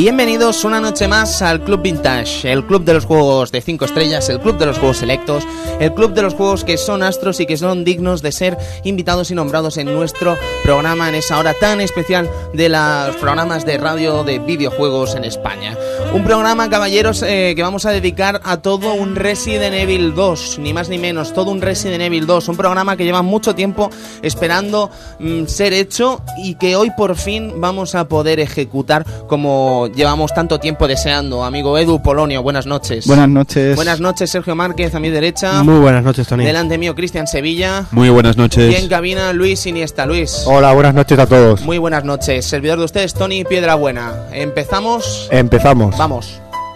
Bienvenidos una noche más al Club Vintage, el club de los juegos de 5 estrellas, el club de los juegos selectos, el club de los juegos que son astros y que son dignos de ser invitados y nombrados en nuestro programa en esa hora tan especial de los programas de radio de videojuegos en España. Un programa, caballeros, que vamos a dedicar a todo un Resident Evil 2, ni más ni menos, todo un Resident Evil 2, un programa que lleva mucho tiempo esperando ser hecho y que hoy por fin vamos a poder ejecutar como llevamos tanto tiempo deseando. Amigo Edu Polonio, buenas noches. Buenas noches. Buenas noches, Sergio Márquez, a mi derecha. Muy buenas noches, Tony. Delante mío, Cristian Sevilla. Muy buenas noches. Y en cabina, Luis Iniesta. Luis. Hola, buenas noches a todos. Muy buenas noches. Servidor de ustedes, Tony Piedrabuena. ¿Empezamos? Empezamos. Vamos.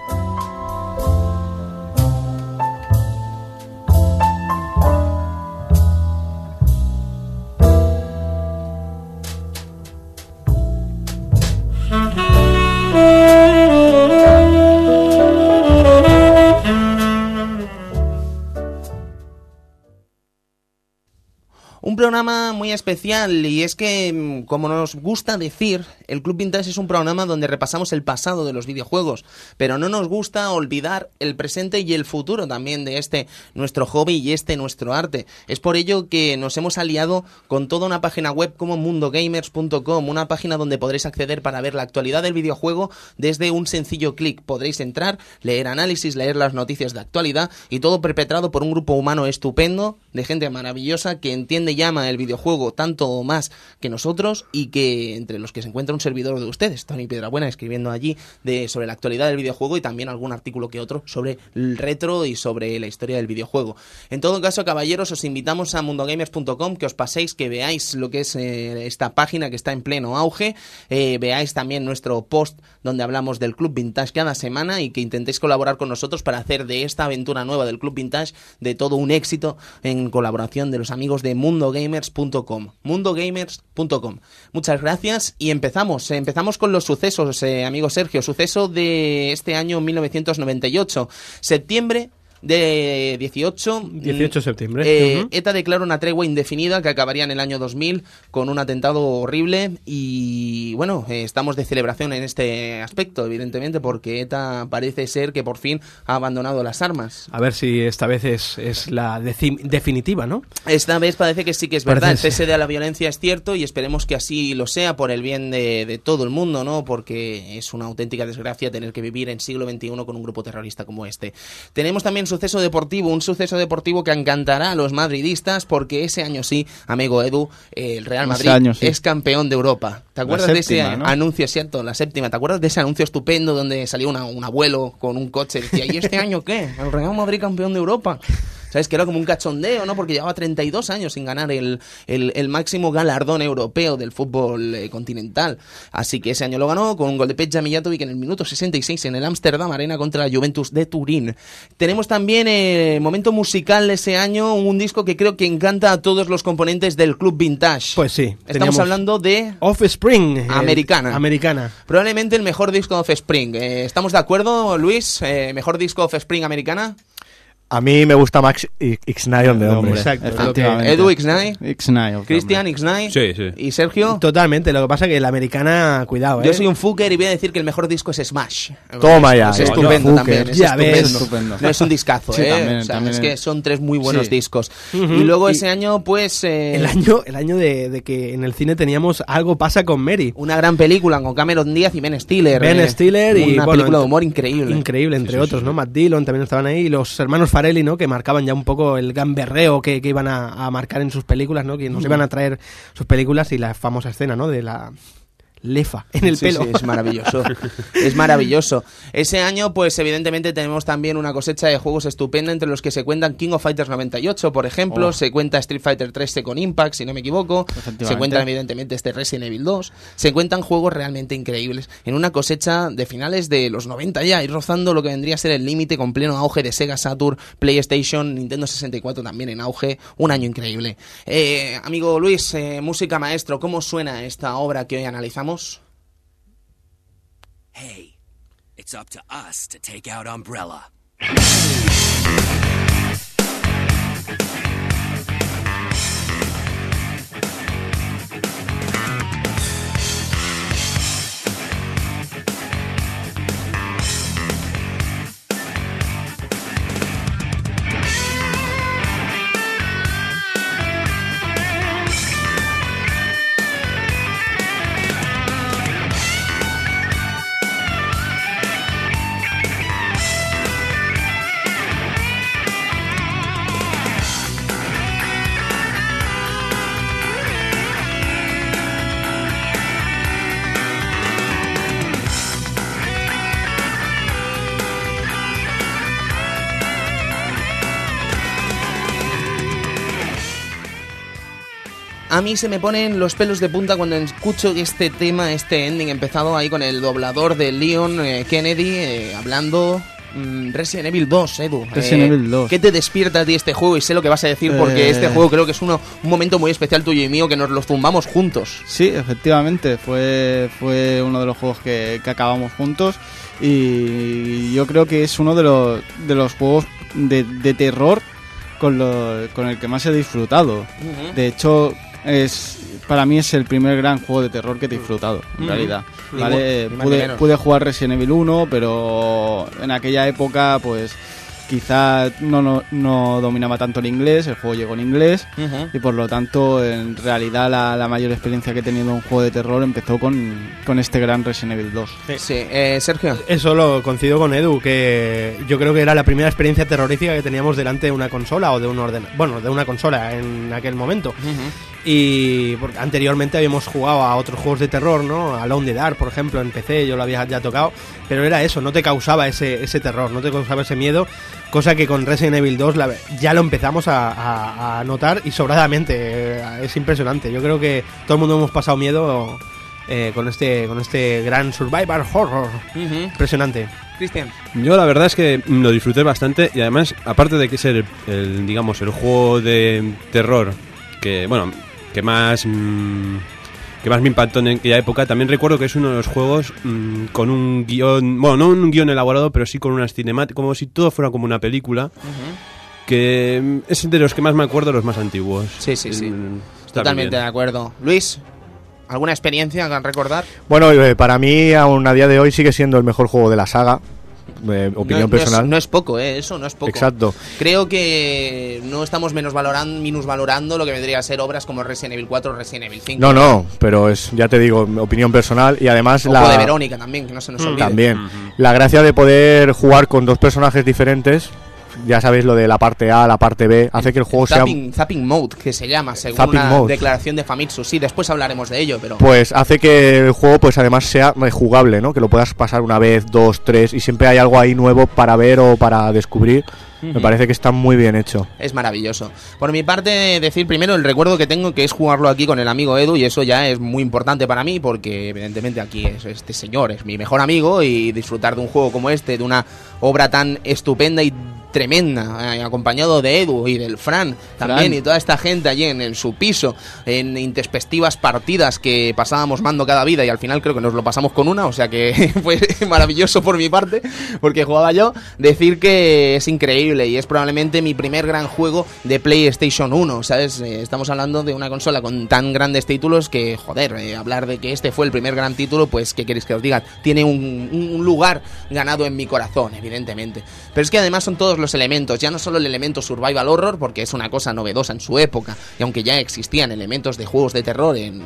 Un programa muy especial, y es que, como nos gusta decir, el Club Vintage es un programa donde repasamos el pasado de los videojuegos, pero no nos gusta olvidar el presente y el futuro también de este nuestro hobby y nuestro arte. Es por ello que nos hemos aliado con toda una página web como mundogamers.com, una página donde podréis acceder para ver la actualidad del videojuego desde un sencillo clic. Podréis entrar, leer análisis, leer las noticias de actualidad, y todo perpetrado por un grupo humano estupendo, de gente maravillosa que entiende y ama el videojuego tanto o más que nosotros, y que entre los que se encuentra un servidor de ustedes, Tony Piedrabuena, escribiendo allí sobre la actualidad del videojuego y también algún artículo que otro sobre el retro y sobre la historia del videojuego. En todo caso, caballeros, os invitamos a mundogamers.com, que os paséis, que veáis lo que es esta página que está en pleno auge, veáis también nuestro post donde hablamos del Club Vintage cada semana, y que intentéis colaborar con nosotros para hacer de esta aventura nueva del Club Vintage de todo un éxito en colaboración de los amigos de mundogamers.com. mundogamers.com. Muchas gracias y empezamos con los sucesos, amigo Sergio. Suceso de este año 1998, septiembre de 18 de septiembre. ETA declara una tregua indefinida que acabaría en el año 2000 con un atentado horrible, y bueno, estamos de celebración en este aspecto, evidentemente, porque ETA parece ser que por fin ha abandonado las armas. A ver si esta vez es la definitiva, ¿no? Esta vez parece que sí que es verdad. El cese de la violencia es cierto, y esperemos que así lo sea por el bien de todo el mundo, ¿no? Porque es una auténtica desgracia tener que vivir en siglo XXI con un grupo terrorista como este. Tenemos también un suceso deportivo que encantará a los madridistas, porque ese año sí, amigo Edu, el Real Madrid es campeón de Europa. ¿Te acuerdas de ese anuncio, cierto? La séptima. ¿Te acuerdas de ese anuncio estupendo donde salió un abuelo con un coche y decía, ¿y este año qué? El Real Madrid campeón de Europa. ¿Sabes? Que era como un cachondeo, ¿no? Porque llevaba 32 años sin ganar el máximo galardón europeo del fútbol continental. Así que ese año lo ganó con un gol de Peja Mijatovic en el minuto 66 en el Amsterdam Arena contra la Juventus de Turín. Tenemos también momento musical de ese año, un disco que creo que encanta a todos los componentes del Club Vintage. Pues sí. Estamos hablando de Offspring. Americana. Probablemente el mejor disco de Offspring. ¿Estamos de acuerdo, Luis? ¿Mejor disco de Offspring Americana? A mí me gusta Max X9 de hombre. Exacto. Edu X9. X9. Cristian X9. Sí. ¿Y Sergio? Totalmente. Lo que pasa es que la americana, cuidado, Yo soy un fucker y voy a decir que el mejor disco es Smash. Toma ya. Es estupendo también. Es estupendo. No es un discazo, sí, también es que son tres muy buenos discos. Y luego ese año, pues... El año de que en el cine teníamos Algo pasa con Mary. Una gran película con Cameron Díaz y Ben Stiller. Y una película de humor increíble. Increíble, entre otros, ¿no? Matt Dillon también estaban ahí, y los hermanos Farrelly, ¿no? Que marcaban ya un poco el gamberreo que iban a marcar en sus películas, ¿no? Que nos iban a traer sus películas, y la famosa escena, ¿no? De la lefa en el pelo. Sí, es maravilloso. Es maravilloso. Ese año, pues evidentemente tenemos también una cosecha de juegos estupenda, entre los que se cuentan King of Fighters 98, por ejemplo, se cuenta Street Fighter 3 Second Impact, si no me equivoco, se cuentan evidentemente este Resident Evil 2, se cuentan juegos realmente increíbles, en una cosecha de finales de los 90 ya, y rozando lo que vendría a ser el límite, con pleno auge de Sega Saturn, PlayStation, Nintendo 64 también en auge, un año increíble. Amigo Luis, música maestro, ¿cómo suena esta obra que hoy analizamos? Hey, it's up to us to take out Umbrella. A mí se me ponen los pelos de punta cuando escucho este tema, este ending empezado ahí con el doblador de Leon Kennedy hablando... Resident Evil 2, Edu. Resident Evil 2. ¿Qué te despierta a ti este juego? Y sé lo que vas a decir porque este juego creo que es un momento muy especial tuyo y mío que nos lo zumbamos juntos. Sí, efectivamente, fue uno de los juegos que acabamos juntos y yo creo que es uno de los juegos de terror con el que más he disfrutado. Uh-huh. De hecho, para mí es el primer gran juego de terror que he disfrutado, en realidad. ¿Vale? Pude jugar Resident Evil 1, pero en aquella época, pues quizá no dominaba tanto el inglés, el juego llegó en inglés, y por lo tanto, en realidad, la mayor experiencia que he tenido en un juego de terror empezó con este gran Resident Evil 2. Sí. Sergio. Eso lo coincido con Edu, que yo creo que era la primera experiencia terrorífica que teníamos delante de una consola o de un ordenador. Bueno, de una consola en aquel momento. Y porque anteriormente habíamos jugado a otros juegos de terror, ¿no? Alone in the Dark, por ejemplo, en PC, yo lo había ya tocado, pero era eso, no te causaba ese terror, no te causaba ese miedo, cosa que con Resident Evil 2 ya lo empezamos a notar y sobradamente, es impresionante. Yo creo que todo el mundo hemos pasado miedo con este gran survival horror. Impresionante. Cristian. Yo la verdad es que lo disfruté bastante y además, aparte de que ser el juego de terror que más me impactó en aquella época, también recuerdo que es uno de los juegos con un guión, bueno, no un guión elaborado, pero sí con unas cinemáticas, como si todo fuera como una película, que es de los que más me acuerdo, los más antiguos. Sí. Totalmente de acuerdo. Luis, ¿alguna experiencia que recordar? Bueno, para mí, aún a día de hoy, sigue siendo el mejor juego de la saga. Opinión personal. No es poco, eso no es poco. Exacto. Creo que no estamos minusvalorando lo que vendría a ser obras como Resident Evil 4 o Resident Evil 5. No, pero es, ya te digo, opinión personal y además Ojo de Verónica también, que no se nos olvide. También. La gracia de poder jugar con dos personajes diferentes, ya sabéis lo de la parte A, la parte B, hace que el juego Zapping Mode, que se llama, según una declaración de Famitsu. Sí, después hablaremos de ello, pero... Pues hace que el juego pues además sea rejugable, ¿no? Que lo puedas pasar una vez, dos, tres, y siempre hay algo ahí nuevo para ver o para descubrir. Me parece que está muy bien hecho. Es maravilloso. Por mi parte, decir primero el recuerdo que tengo, que es jugarlo aquí con el amigo Edu, y eso ya es muy importante para mí, porque evidentemente aquí este señor es mi mejor amigo, y disfrutar de un juego como este, de una obra tan estupenda y tremenda, acompañado de Edu y del Fran también, y toda esta gente allí en su piso, en introspectivas partidas que pasábamos mando cada vida, y al final creo que nos lo pasamos con una, o sea que fue maravilloso por mi parte, porque jugaba yo. Decir que es increíble y es probablemente mi primer gran juego de PlayStation 1, ¿sabes? Estamos hablando de una consola con tan grandes títulos que, joder, hablar de que este fue el primer gran título, pues, ¿qué queréis que os diga? Tiene un lugar ganado en mi corazón, evidentemente. Pero es que además son todos los elementos, ya no solo el elemento survival horror, porque es una cosa novedosa en su época, y aunque ya existían elementos de juegos de terror en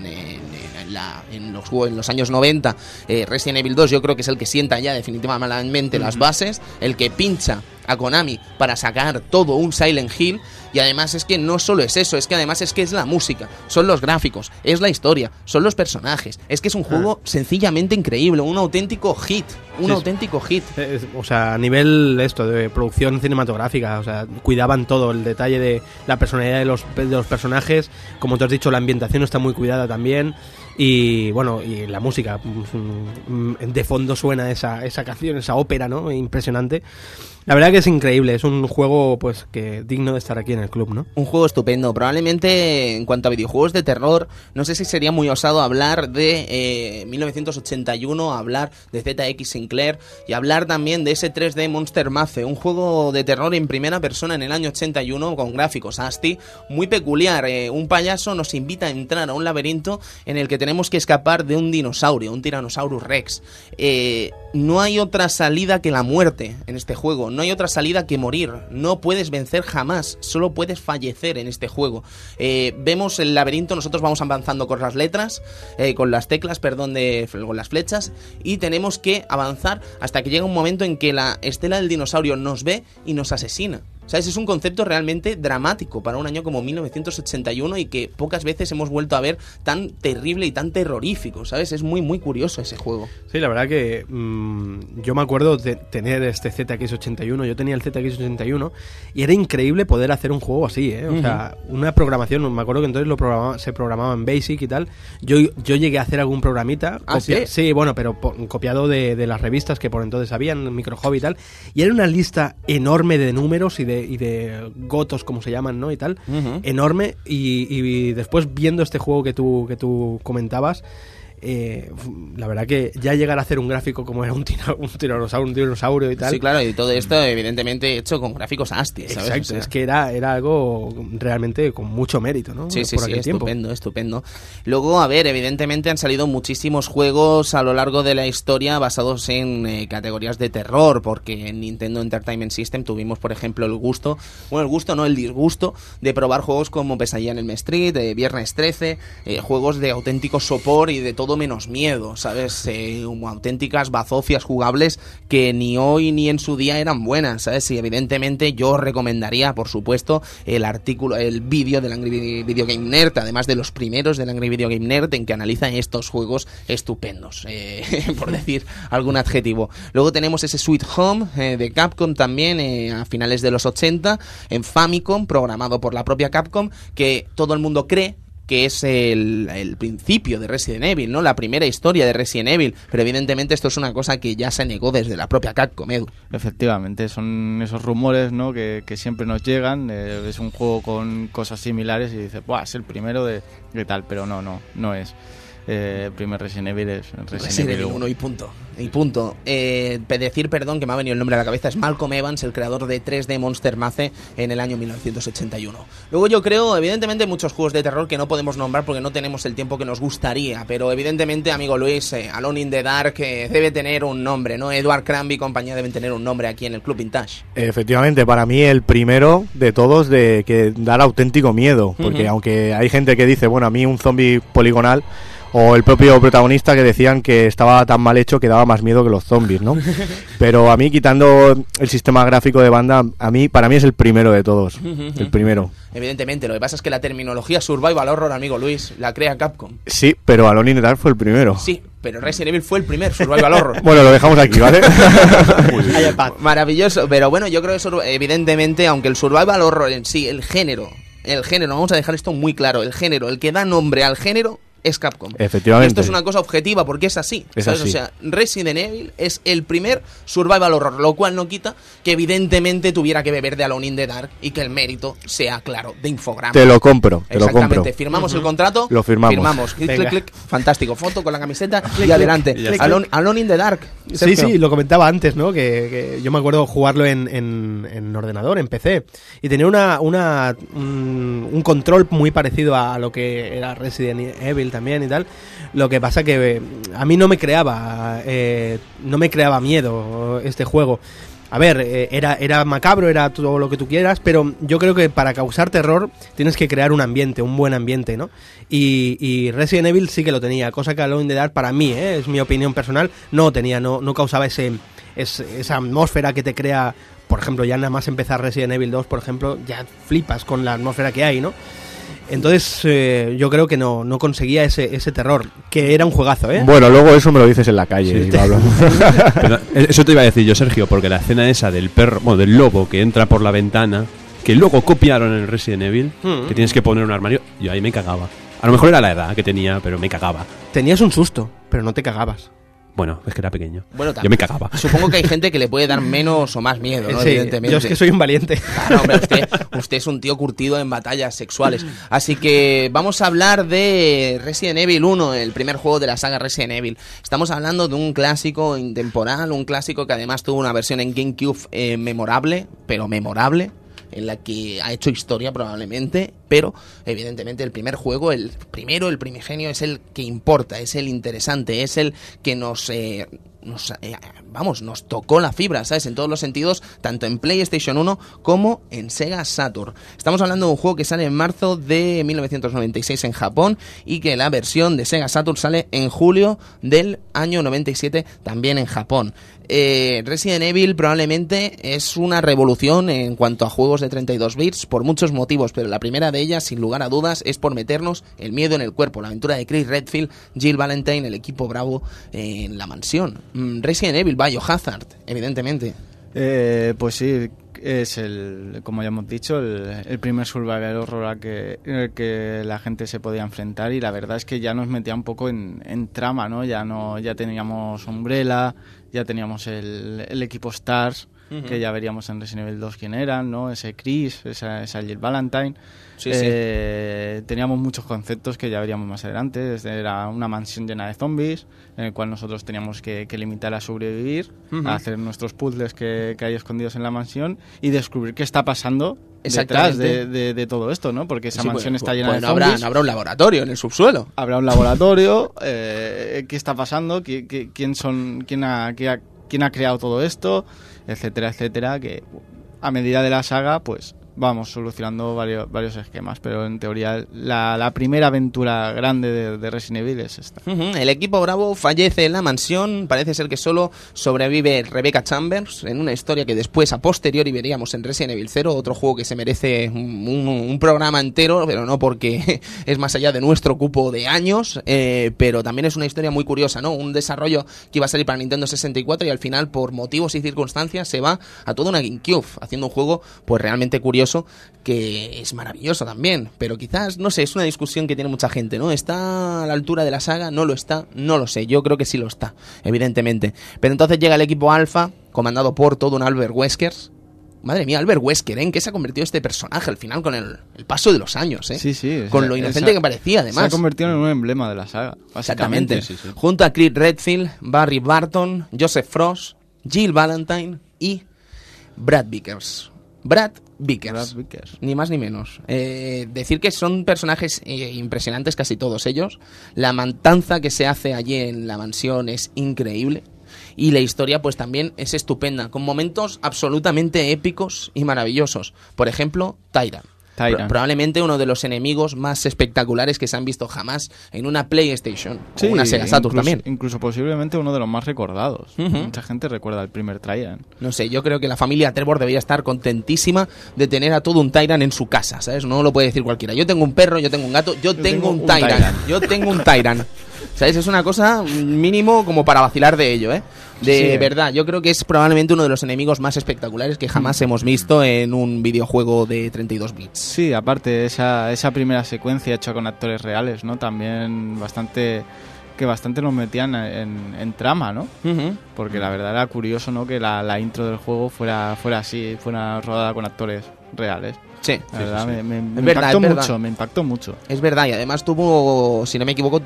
los años 90, Resident Evil 2 yo creo que es el que sienta ya definitivamente las bases, el que pincha a Konami para sacar todo un Silent Hill. Y además es que no solo es eso, es que además es que es la música, son los gráficos, es la historia, son los personajes. Es que es un juego sencillamente increíble, un auténtico hit, auténtico hit. O sea, a nivel de producción cinematográfica, o sea, cuidaban todo, el detalle de la personalidad de los personajes, como te has dicho, la ambientación está muy cuidada también. Y bueno, y la música, de fondo suena esa canción, esa ópera, ¿no? Impresionante. La verdad que es increíble, es un juego pues que digno de estar aquí en el club, ¿no? Un juego estupendo. Probablemente en cuanto a videojuegos de terror, no sé si sería muy osado hablar de 1981, hablar de ZX Sinclair y hablar también de ese 3D Monster Maze, un juego de terror en primera persona en el año 81 con gráficos ASCII muy peculiar. Un payaso nos invita a entrar a un laberinto en el que tenemos que escapar de un dinosaurio, un Tyrannosaurus Rex. No hay otra salida que la muerte en este juego, no hay otra salida que morir, no puedes vencer jamás, solo puedes fallecer en este juego. Vemos el laberinto, nosotros vamos avanzando con las letras, con las teclas, con las flechas, y tenemos que avanzar hasta que llega un momento en que la estela del dinosaurio nos ve y nos asesina. ¿Sabes? Es un concepto realmente dramático para un año como 1981 y que pocas veces hemos vuelto a ver tan terrible y tan terrorífico, ¿sabes? Es muy, muy curioso ese juego. Sí, la verdad que yo me acuerdo de tener este ZX81, yo tenía el ZX81 y era increíble poder hacer un juego así, ¿eh? O sea, una programación, me acuerdo que entonces se programaba en Basic y tal. Yo llegué a hacer algún programita. Sí, bueno, pero copiado de las revistas que por entonces habían, Micro Hobby y tal. Y era una lista enorme de números y de gotos, como se llaman, ¿no? Y tal. Enorme. Y después viendo este juego que tú comentabas, la verdad que ya llegar a hacer un gráfico como era un dinosaurio y tal. Sí, claro, y todo esto evidentemente hecho con gráficos ASCII, ¿sabes? Exacto, o sea, es que era algo realmente con mucho mérito, ¿no? Sí, por aquel tiempo. Estupendo. Luego, a ver, evidentemente han salido muchísimos juegos a lo largo de la historia basados en categorías de terror, porque en Nintendo Entertainment System tuvimos, por ejemplo, el disgusto de probar juegos como Pesadilla en el Street, Viernes 13, juegos de auténtico sopor y de todo menos miedo, ¿sabes? Auténticas bazofias jugables que ni hoy ni en su día eran buenas, ¿sabes? Y evidentemente yo recomendaría, por supuesto, el vídeo del Angry Video Game Nerd, además de los primeros del Angry Video Game Nerd, en que analiza estos juegos estupendos, por decir algún adjetivo. Luego tenemos ese Sweet Home de Capcom también, a finales de los 80, en Famicom, programado por la propia Capcom, que todo el mundo cree que es el principio de Resident Evil, ¿no? La primera historia de Resident Evil, pero evidentemente esto es una cosa que ya se negó desde la propia Capcom, Edu. Efectivamente, son esos rumores, ¿no? que siempre nos llegan, es un juego con cosas similares y dices, ¡buah! Es el primero de tal, pero no es. El primer Resident Evil es Resident Evil 1 y punto. Decir, perdón, que me ha venido el nombre a la cabeza, es Malcolm Evans, el creador de 3D Monster Maze en el año 1981. Luego yo creo, evidentemente, muchos juegos de terror que no podemos nombrar porque no tenemos el tiempo que nos gustaría, pero evidentemente, amigo Luis, Alone in the Dark debe tener un nombre, ¿no? Edward Cranby y compañía deben tener un nombre aquí en el Club Vintage. Efectivamente, para mí el primero de todos de que dar auténtico miedo, porque aunque hay gente que dice, bueno, a mí un zombie poligonal, o el propio protagonista que decían que estaba tan mal hecho que daba más miedo que los zombies, ¿no? Pero a mí, quitando el sistema gráfico de banda, para mí es el primero de todos, el primero. Evidentemente, lo que pasa es que la terminología Survival Horror, amigo Luis, la crea Capcom. Sí, pero Alone in the Dark fue el primero. Sí, pero Resident Evil fue el primer Survival Horror. Bueno, lo dejamos aquí, ¿vale? Maravilloso, pero bueno, yo creo que evidentemente, aunque el Survival Horror en sí, el género, vamos a dejar esto muy claro, el que da nombre al género es Capcom. Efectivamente. Y esto es una cosa objetiva porque es así, ¿sabes? Así. O sea, Resident Evil es el primer survival horror, lo cual no quita que evidentemente tuviera que beber de Alone in the Dark y que el mérito sea, claro, de Infogrames. Te lo compro. Exactamente. Firmamos el contrato. Lo firmamos. Clic. Fantástico. Foto con la camiseta y adelante. Alone in the Dark. Sergio. Sí, lo comentaba antes, ¿no? Que yo me acuerdo jugarlo en ordenador, en PC, y tenía un control muy parecido a lo que era Resident Evil también y tal. Lo que pasa que a mí no me creaba miedo este juego. A ver, era macabro, era todo lo que tú quieras, pero yo creo que para causar terror tienes que crear un ambiente, un buen ambiente, ¿no? Y Resident Evil sí que lo tenía, cosa que Alone in the Dark, para mí, es mi opinión personal, no tenía, no causaba esa atmósfera que te crea. Por ejemplo, ya nada más empezar Resident Evil 2, por ejemplo, ya flipas con la atmósfera que hay, ¿no? Entonces yo creo que no conseguía ese terror, que era un juegazo, ¿eh? Bueno, luego eso me lo dices en la calle, sí, Pablo. Pero eso te iba a decir yo, Sergio, porque la escena esa del perro, bueno, del lobo que entra por la ventana, que luego copiaron en el Resident Evil, que tienes que poner un armario, yo ahí me cagaba. A lo mejor era la edad que tenía, pero me cagaba. Tenías un susto, pero no te cagabas. Bueno, es que era pequeño. Bueno, yo me cagaba. Supongo que hay gente que le puede dar menos o más miedo, ¿no? Sí, evidentemente. Yo es que soy un valiente. Claro, hombre, usted es un tío curtido en batallas sexuales. Así que vamos a hablar de Resident Evil 1, el primer juego de la saga Resident Evil. Estamos hablando de un clásico intemporal, un clásico que además tuvo una versión en GameCube memorable, en la que ha hecho historia probablemente, pero evidentemente el primer juego, el primigenio, es el que importa, es el interesante, es el que nos vamos, nos tocó la fibra, ¿sabes? En todos los sentidos, tanto en PlayStation 1 como en Sega Saturn. Estamos hablando de un juego que sale en marzo de 1996 en Japón y que la versión de Sega Saturn sale en julio del año 97 también en Japón. Resident Evil probablemente es una revolución en cuanto a juegos de 32 bits por muchos motivos, pero la primera de ellas, sin lugar a dudas, es por meternos el miedo en el cuerpo. La aventura de Chris Redfield, Jill Valentine, el equipo Bravo en la mansión. Resident Evil, Biohazard, evidentemente. Pues sí, es como ya hemos dicho, el primer survival horror que la gente se podía enfrentar, y la verdad es que ya nos metía un poco en trama, ¿no? Ya teníamos Umbrella, ya teníamos el equipo Stars, que ya veríamos en Resident Evil 2 quién eran, ¿no? Ese Chris, esa Jill Valentine. Sí. Teníamos muchos conceptos que ya veríamos más adelante. Era una mansión llena de zombies, en el cual nosotros teníamos que limitar a sobrevivir, a hacer nuestros puzzles que hay escondidos en la mansión y descubrir qué está pasando detrás de todo esto, ¿no? Porque esa mansión está llena de zombies. Habrá un laboratorio en el subsuelo. Habrá un laboratorio. ¿Qué está pasando? ¿Quién ha creado todo esto? Etcétera, etcétera. Que a medida de la saga, pues vamos solucionando varios esquemas, pero en teoría la primera aventura grande de Resident Evil es esta. El equipo Bravo fallece en la mansión, parece ser que solo sobrevive Rebecca Chambers, en una historia que después a posteriori veríamos en Resident Evil 0, otro juego que se merece un programa entero, pero no porque es más allá de nuestro cupo de años, pero también es una historia muy curiosa, ¿no? Un desarrollo que iba a salir para Nintendo 64 y al final, por motivos y circunstancias, se va a toda una GameCube, haciendo un juego pues realmente curioso, que es maravilloso también, pero quizás, no sé, es una discusión que tiene mucha gente, ¿no? ¿Está a la altura de la saga? ¿No lo está? No lo sé, yo creo que sí lo está, evidentemente. Pero entonces llega el equipo Alpha, comandado por todo un Albert Wesker. Madre mía, Albert Wesker, ¿en qué se ha convertido este personaje al final con el paso de los años, ¿eh? Sí. Con lo inocente que parecía, además. Se ha convertido en un emblema de la saga, básicamente. Exactamente. Sí. Junto a Chris Redfield, Barry Barton, Joseph Frost, Jill Valentine y Brad Vickers. Brad Vickers, ni más ni menos. Decir que son personajes impresionantes casi todos ellos. La matanza que se hace allí en la mansión es increíble. Y la historia pues también es estupenda, con momentos absolutamente épicos y maravillosos. Por ejemplo, Tyrant. Probablemente uno de los enemigos más espectaculares que se han visto jamás en una PlayStation o una Sega Saturn también. Incluso posiblemente uno de los más recordados. Mucha gente recuerda el primer Tyrant. No sé, yo creo que la familia Trevor debería estar contentísima de tener a todo un Tyrant en su casa, ¿sabes? No lo puede decir cualquiera. Yo tengo un perro, yo tengo un gato, yo tengo un Tyrant. Yo tengo un Tyrant. ¿Sabes? Es una cosa mínimo como para vacilar de ello, ¿eh? Verdad, yo creo que es probablemente uno de los enemigos más espectaculares que jamás hemos visto en un videojuego de 32 bits. Sí, aparte esa primera secuencia hecha con actores reales, ¿no? También bastante nos metían en trama, ¿no? Porque la verdad era curioso, ¿no? Que la intro del juego fuera así, fuera rodada con actores reales. Sí, la verdad, sí. Me impactó mucho. Es verdad, y además tuvo, si no me equivoco,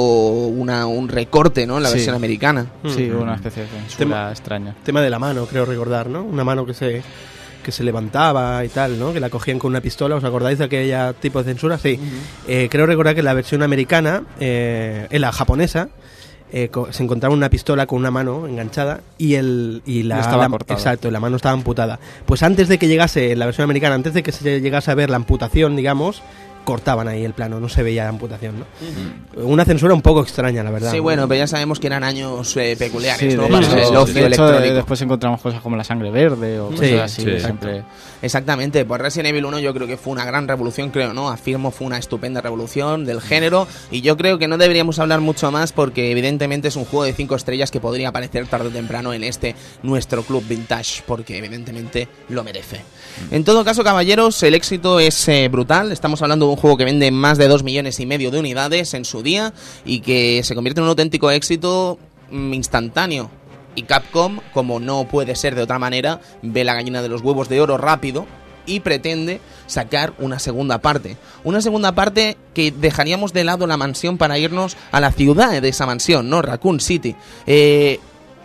un recorte, ¿no? En la versión americana. Sí, una especie de censura extraña. Tema de la mano, creo recordar, ¿no? Una mano que se levantaba y tal, ¿no? Que la cogían con una pistola. ¿Os acordáis de aquella tipo de censura? Sí. Creo recordar que la versión americana, en la japonesa, se encontraba una pistola con una mano enganchada y estaba cortada. Exacto, la mano estaba amputada. Pues antes de que llegase, en la versión americana, antes de que se llegase a ver la amputación, digamos, cortaban ahí el plano, no se veía la amputación, ¿no? Una censura un poco extraña, la verdad. Sí, bueno, pero ya sabemos que eran años peculiares, sí, ¿no? Para el ocio electrónico. Después encontramos cosas como la sangre verde o cosas así. Sí, siempre. Exactamente, pues Resident Evil 1 yo creo que fue una gran revolución, ¿no? Afirmo, fue una estupenda revolución del género y yo creo que no deberíamos hablar mucho más porque evidentemente es un juego de 5 estrellas que podría aparecer tarde o temprano en nuestro club vintage, porque evidentemente lo merece. En todo caso, caballeros, el éxito es brutal. Estamos hablando de un juego que vende más de 2,5 millones de unidades en su día y que se convierte en un auténtico éxito instantáneo. Y Capcom, como no puede ser de otra manera, ve la gallina de los huevos de oro rápido y pretende sacar una segunda parte. Una segunda parte que dejaríamos de lado la mansión para irnos a la ciudad de esa mansión, ¿no? Raccoon City. ¿Qué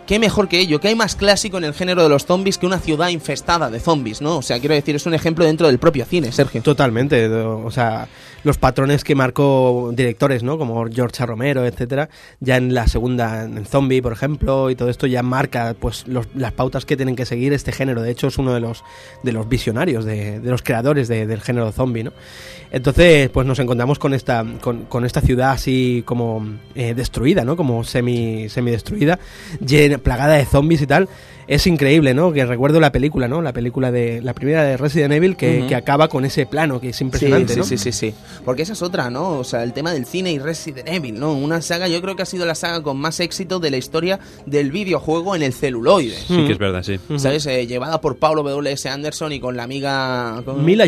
qué mejor que ello, que hay más clásico en el género de los zombies que una ciudad infestada de zombies, ¿no? O sea, quiero decir, es un ejemplo dentro del propio cine, Sergio. Totalmente, o sea, los patrones que marcó directores, ¿no? Como George A. Romero, etcétera, ya en la segunda, en Zombie, por ejemplo, y todo esto ya marca pues las pautas que tienen que seguir este género. De hecho, es uno de los visionarios, de los creadores del género zombie, ¿no? Entonces, pues nos encontramos con esta ciudad así como destruida, ¿no? Como semi-destruida, plagada de zombies y tal. Es increíble, ¿no? Que recuerdo la película, ¿no? La primera de Resident Evil que acaba con ese plano, que es impresionante, ¿no? Sí. Porque esa es otra, ¿no? O sea, el tema del cine y Resident Evil, ¿no? Una saga, yo creo que ha sido la saga con más éxito de la historia del videojuego en el celuloide. Sí, que es verdad, sí. ¿Sabes? Llevada por Paulo W.S. Anderson y con la amiga... Mila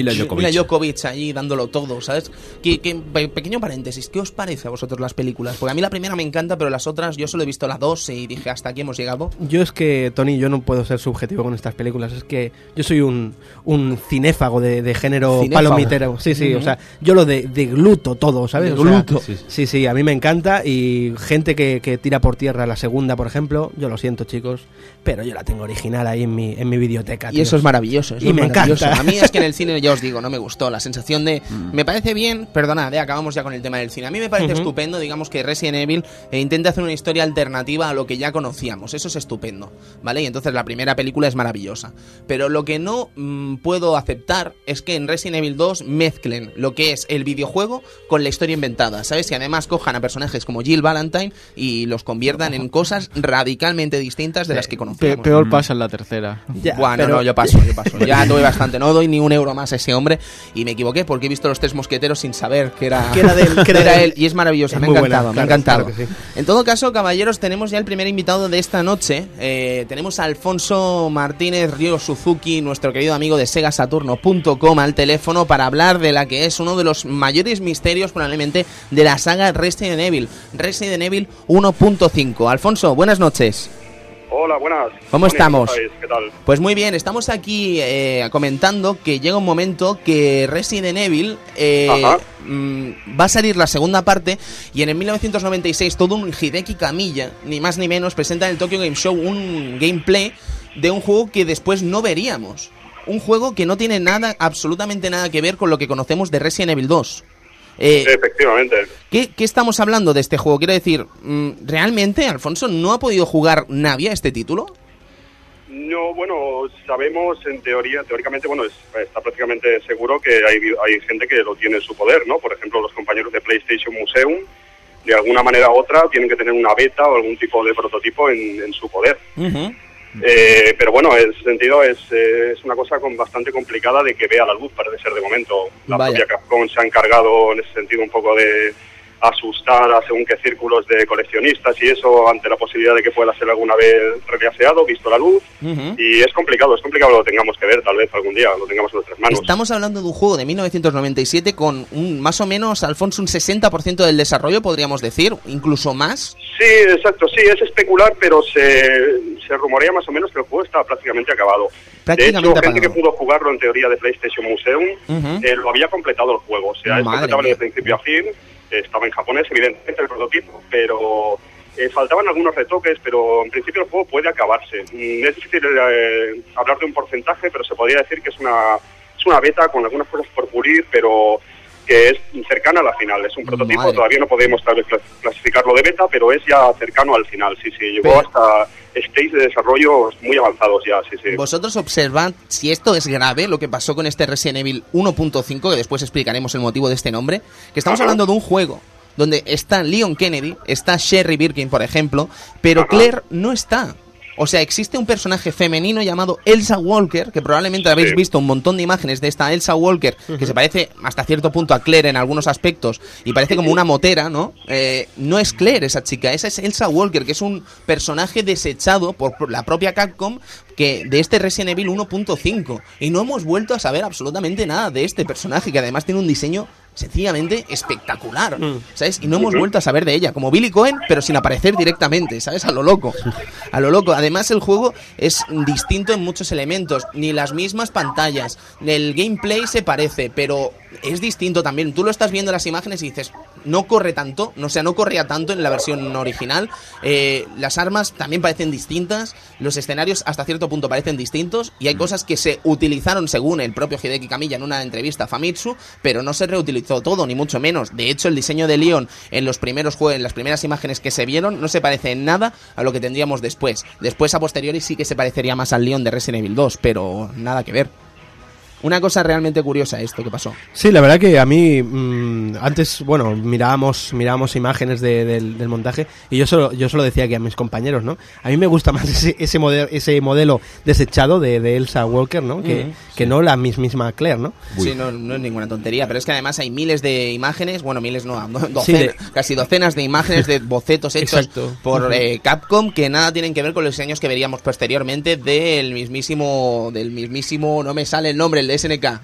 Jovovich allí dándolo todo, ¿sabes? Pequeño paréntesis, ¿qué os parece a vosotros las películas? Porque a mí la primera me encanta, pero las otras yo solo he visto la 2 y dije, hasta aquí hemos llegado. Yo es que, Tony, yo no puedo ser subjetivo con estas películas. Es que yo soy un cinéfago de género palomitero. Sí, o sea, yo lo degluto todo, ¿sabes? Degluto. Sí, a mí me encanta. Y gente que tira por tierra la segunda, por ejemplo, yo lo siento, chicos, pero yo la tengo original ahí en mi biblioteca. Y eso es maravilloso. Y me encanta. A mí es que en el cine, ya os digo, no me gustó. La sensación de... Me parece bien, perdonad, acabamos ya con el tema del cine. A mí me parece estupendo, digamos, que Resident Evil intenta hacer una historia alternativa a lo que ya conocíamos. Eso es estupendo, ¿vale? Y entonces la primera película es maravillosa. Pero lo que no puedo aceptar es que en Resident Evil 2 mezclen lo que es el videojuego con la historia inventada, ¿sabes? Y además cojan a personajes como Jill Valentine y los conviertan en cosas radicalmente distintas de las que conocíamos. Peor pasa en la tercera. No, yo paso. Ya doy bastante. No doy ni un euro más a ese hombre. Y me equivoqué porque he visto Los Tres Mosqueteros sin saber que era de él. Y es maravilloso, me ha encantado. Claro, sí. En todo caso, caballeros, tenemos ya el primer invitado de esta noche. Tenemos a Alfonso Martínez Ryo Suzuki, nuestro querido amigo de SegaSaturno.com, al teléfono para hablar de la que es uno de los mayores misterios probablemente de la saga Resident Evil 1.5. Alfonso, buenas noches. Hola, buenas. ¿Cómo estamos? ¿Qué tal? Pues muy bien, estamos aquí comentando que llega un momento que Resident Evil va a salir la segunda parte y en el 1996 todo un Hideki Kamiya, ni más ni menos, presenta en el Tokyo Game Show un gameplay de un juego que después no veríamos. Un juego que no tiene absolutamente nada que ver con lo que conocemos de Resident Evil 2. Efectivamente. ¿Qué estamos hablando de este juego? Quiero decir, ¿realmente, Alfonso, no ha podido jugar nadie a este título? No, bueno, sabemos teóricamente, bueno, está prácticamente seguro que hay gente que lo tiene en su poder, ¿no? Por ejemplo, los compañeros de PlayStation Museum, de alguna manera u otra, tienen que tener una beta o algún tipo de prototipo en su poder. Pero bueno, en ese sentido es una cosa bastante complicada de que vea la luz, parece ser de momento. La propia Capcom se ha encargado en ese sentido un poco de asustar a según qué círculos de coleccionistas y eso ante la posibilidad de que pueda ser alguna vez regaseado, visto la luz. Y es complicado lo tengamos que ver, tal vez algún día lo tengamos en nuestras manos. Estamos hablando de un juego de 1997 con más o menos, Alfonso, un 60% del desarrollo, podríamos decir, incluso más. Sí, exacto, sí, es especular, pero se rumorea más o menos que el juego está prácticamente acabado. De hecho, gente que pudo jugarlo en teoría de PlayStation Museum lo había completado el juego, o sea, es completable de principio a fin. Estaba en japonés, evidentemente, el prototipo, pero faltaban algunos retoques, pero en principio el juego puede acabarse. Es difícil hablar de un porcentaje, pero se podría decir que es una beta con algunas cosas por pulir, pero que es cercana a la final. Es un prototipo, todavía no podemos tal vez clasificarlo de beta, pero es ya cercano al final. Sí, llegó hasta stage de desarrollo muy avanzados ya, sí. Vosotros observad si esto es grave, lo que pasó con este Resident Evil 1.5, que después explicaremos el motivo de este nombre, que estamos hablando de un juego donde está Leon Kennedy, está Sherry Birkin, por ejemplo, pero Claire no está. O sea, existe un personaje femenino llamado Elsa Walker, que probablemente habéis visto un montón de imágenes de esta Elsa Walker, que se parece hasta cierto punto a Claire en algunos aspectos, y parece como una motera, ¿no? No es Claire esa chica, esa es Elsa Walker, que es un personaje desechado por la propia Capcom de este Resident Evil 1.5. Y no hemos vuelto a saber absolutamente nada de este personaje, que además tiene un diseño sencillamente espectacular, ¿sabes? Y no hemos vuelto a saber de ella, como Billy Cohen, pero sin aparecer directamente, ¿sabes? A lo loco. Además, el juego es distinto en muchos elementos, ni las mismas pantallas, el gameplay se parece, pero es distinto también. Tú lo estás viendo en las imágenes y dices, no corre tanto, no corría tanto en la versión original. Las armas también parecen distintas, los escenarios hasta cierto punto parecen distintos, y hay cosas que se utilizaron según el propio Hideki Kamiya en una entrevista a Famitsu, pero no se reutilizó todo, ni mucho menos. De hecho, el diseño de Leon en los primeros juegos, en las primeras imágenes que se vieron, no se parece en nada a lo que tendríamos después. Después, a posteriori, sí que se parecería más al Leon de Resident Evil 2, pero nada que ver. Una cosa realmente curiosa esto que pasó. Sí, la verdad que a mí antes, bueno, mirábamos imágenes del montaje, y yo solo decía que a mis compañeros, ¿no? A mí me gusta más ese modelo desechado de Elsa Walker, ¿no? Que no la misma Claire, ¿no? Sí, no es ninguna tontería, pero es que además hay miles de imágenes, bueno, miles no, docenas, casi docenas de imágenes de bocetos hechos por Capcom que nada tienen que ver con los diseños que veríamos posteriormente del mismísimo, no me sale el nombre, el de SNK.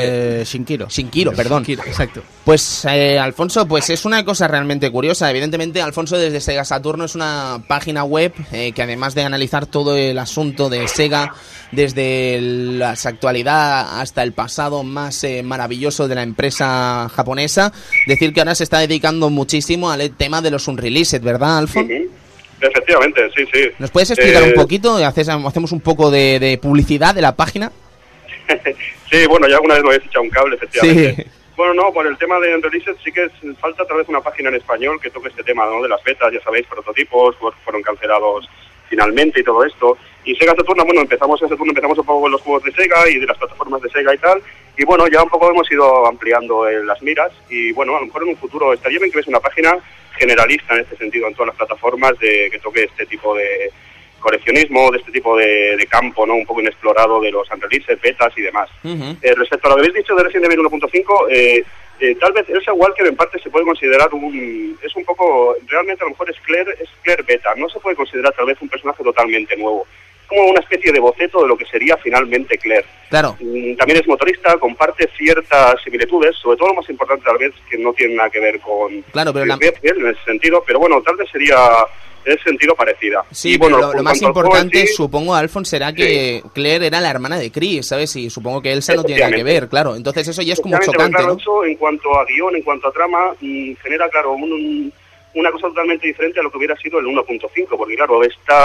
Shinkiro, perdón. Exacto. Pues Alfonso, pues es una cosa realmente curiosa. Evidentemente, Alfonso desde Sega Saturno es una página web que además de analizar todo el asunto de Sega desde la actualidad hasta el pasado más maravilloso de la empresa japonesa, decir que ahora se está dedicando muchísimo al tema de los Unreleased, ¿verdad, Alfonso? Efectivamente, sí. ¿Nos puedes explicar un poquito? Hacemos un poco de publicidad de la página. Sí, bueno, ya alguna vez me habéis echado un cable, efectivamente. Sí. Bueno, no, por el tema de Unreleased sí que falta tal vez una página en español que toque este tema, ¿no? De las betas, ya sabéis, prototipos, juegos que fueron cancelados finalmente y todo esto. Y Sega Saturno, bueno, empezamos un poco con los juegos de Sega y de las plataformas de Sega y tal. Y bueno, ya un poco hemos ido ampliando las miras. Y bueno, a lo mejor en un futuro estaría bien que hubiese una página generalista en este sentido, en todas las plataformas, que toque este tipo de coleccionismo, de este tipo de campo, ¿no? Un poco inexplorado de los unreleased, betas y demás. Respecto a lo que habéis dicho de Resident Evil 1.5, tal vez Elsa Walker en parte se puede considerar es un poco, realmente a lo mejor es Claire beta, no se puede considerar tal vez un personaje totalmente nuevo, como una especie de boceto de lo que sería finalmente Claire. Claro. También es motorista, comparte ciertas similitudes, sobre todo lo más importante tal vez que no tiene nada que ver con claro, pero en ese sentido, pero bueno, tal vez sería en ese sentido parecida. Sí, y bueno, lo más importante, supongo, Alphonse, será que Claire era la hermana de Chris, ¿sabes? Y supongo que Elsa no tiene nada que ver, claro. Entonces eso ya es como chocante, claro, ¿no? Eso, en cuanto a guión, en cuanto a trama, genera, claro, una cosa totalmente diferente a lo que hubiera sido el 1.5, porque claro,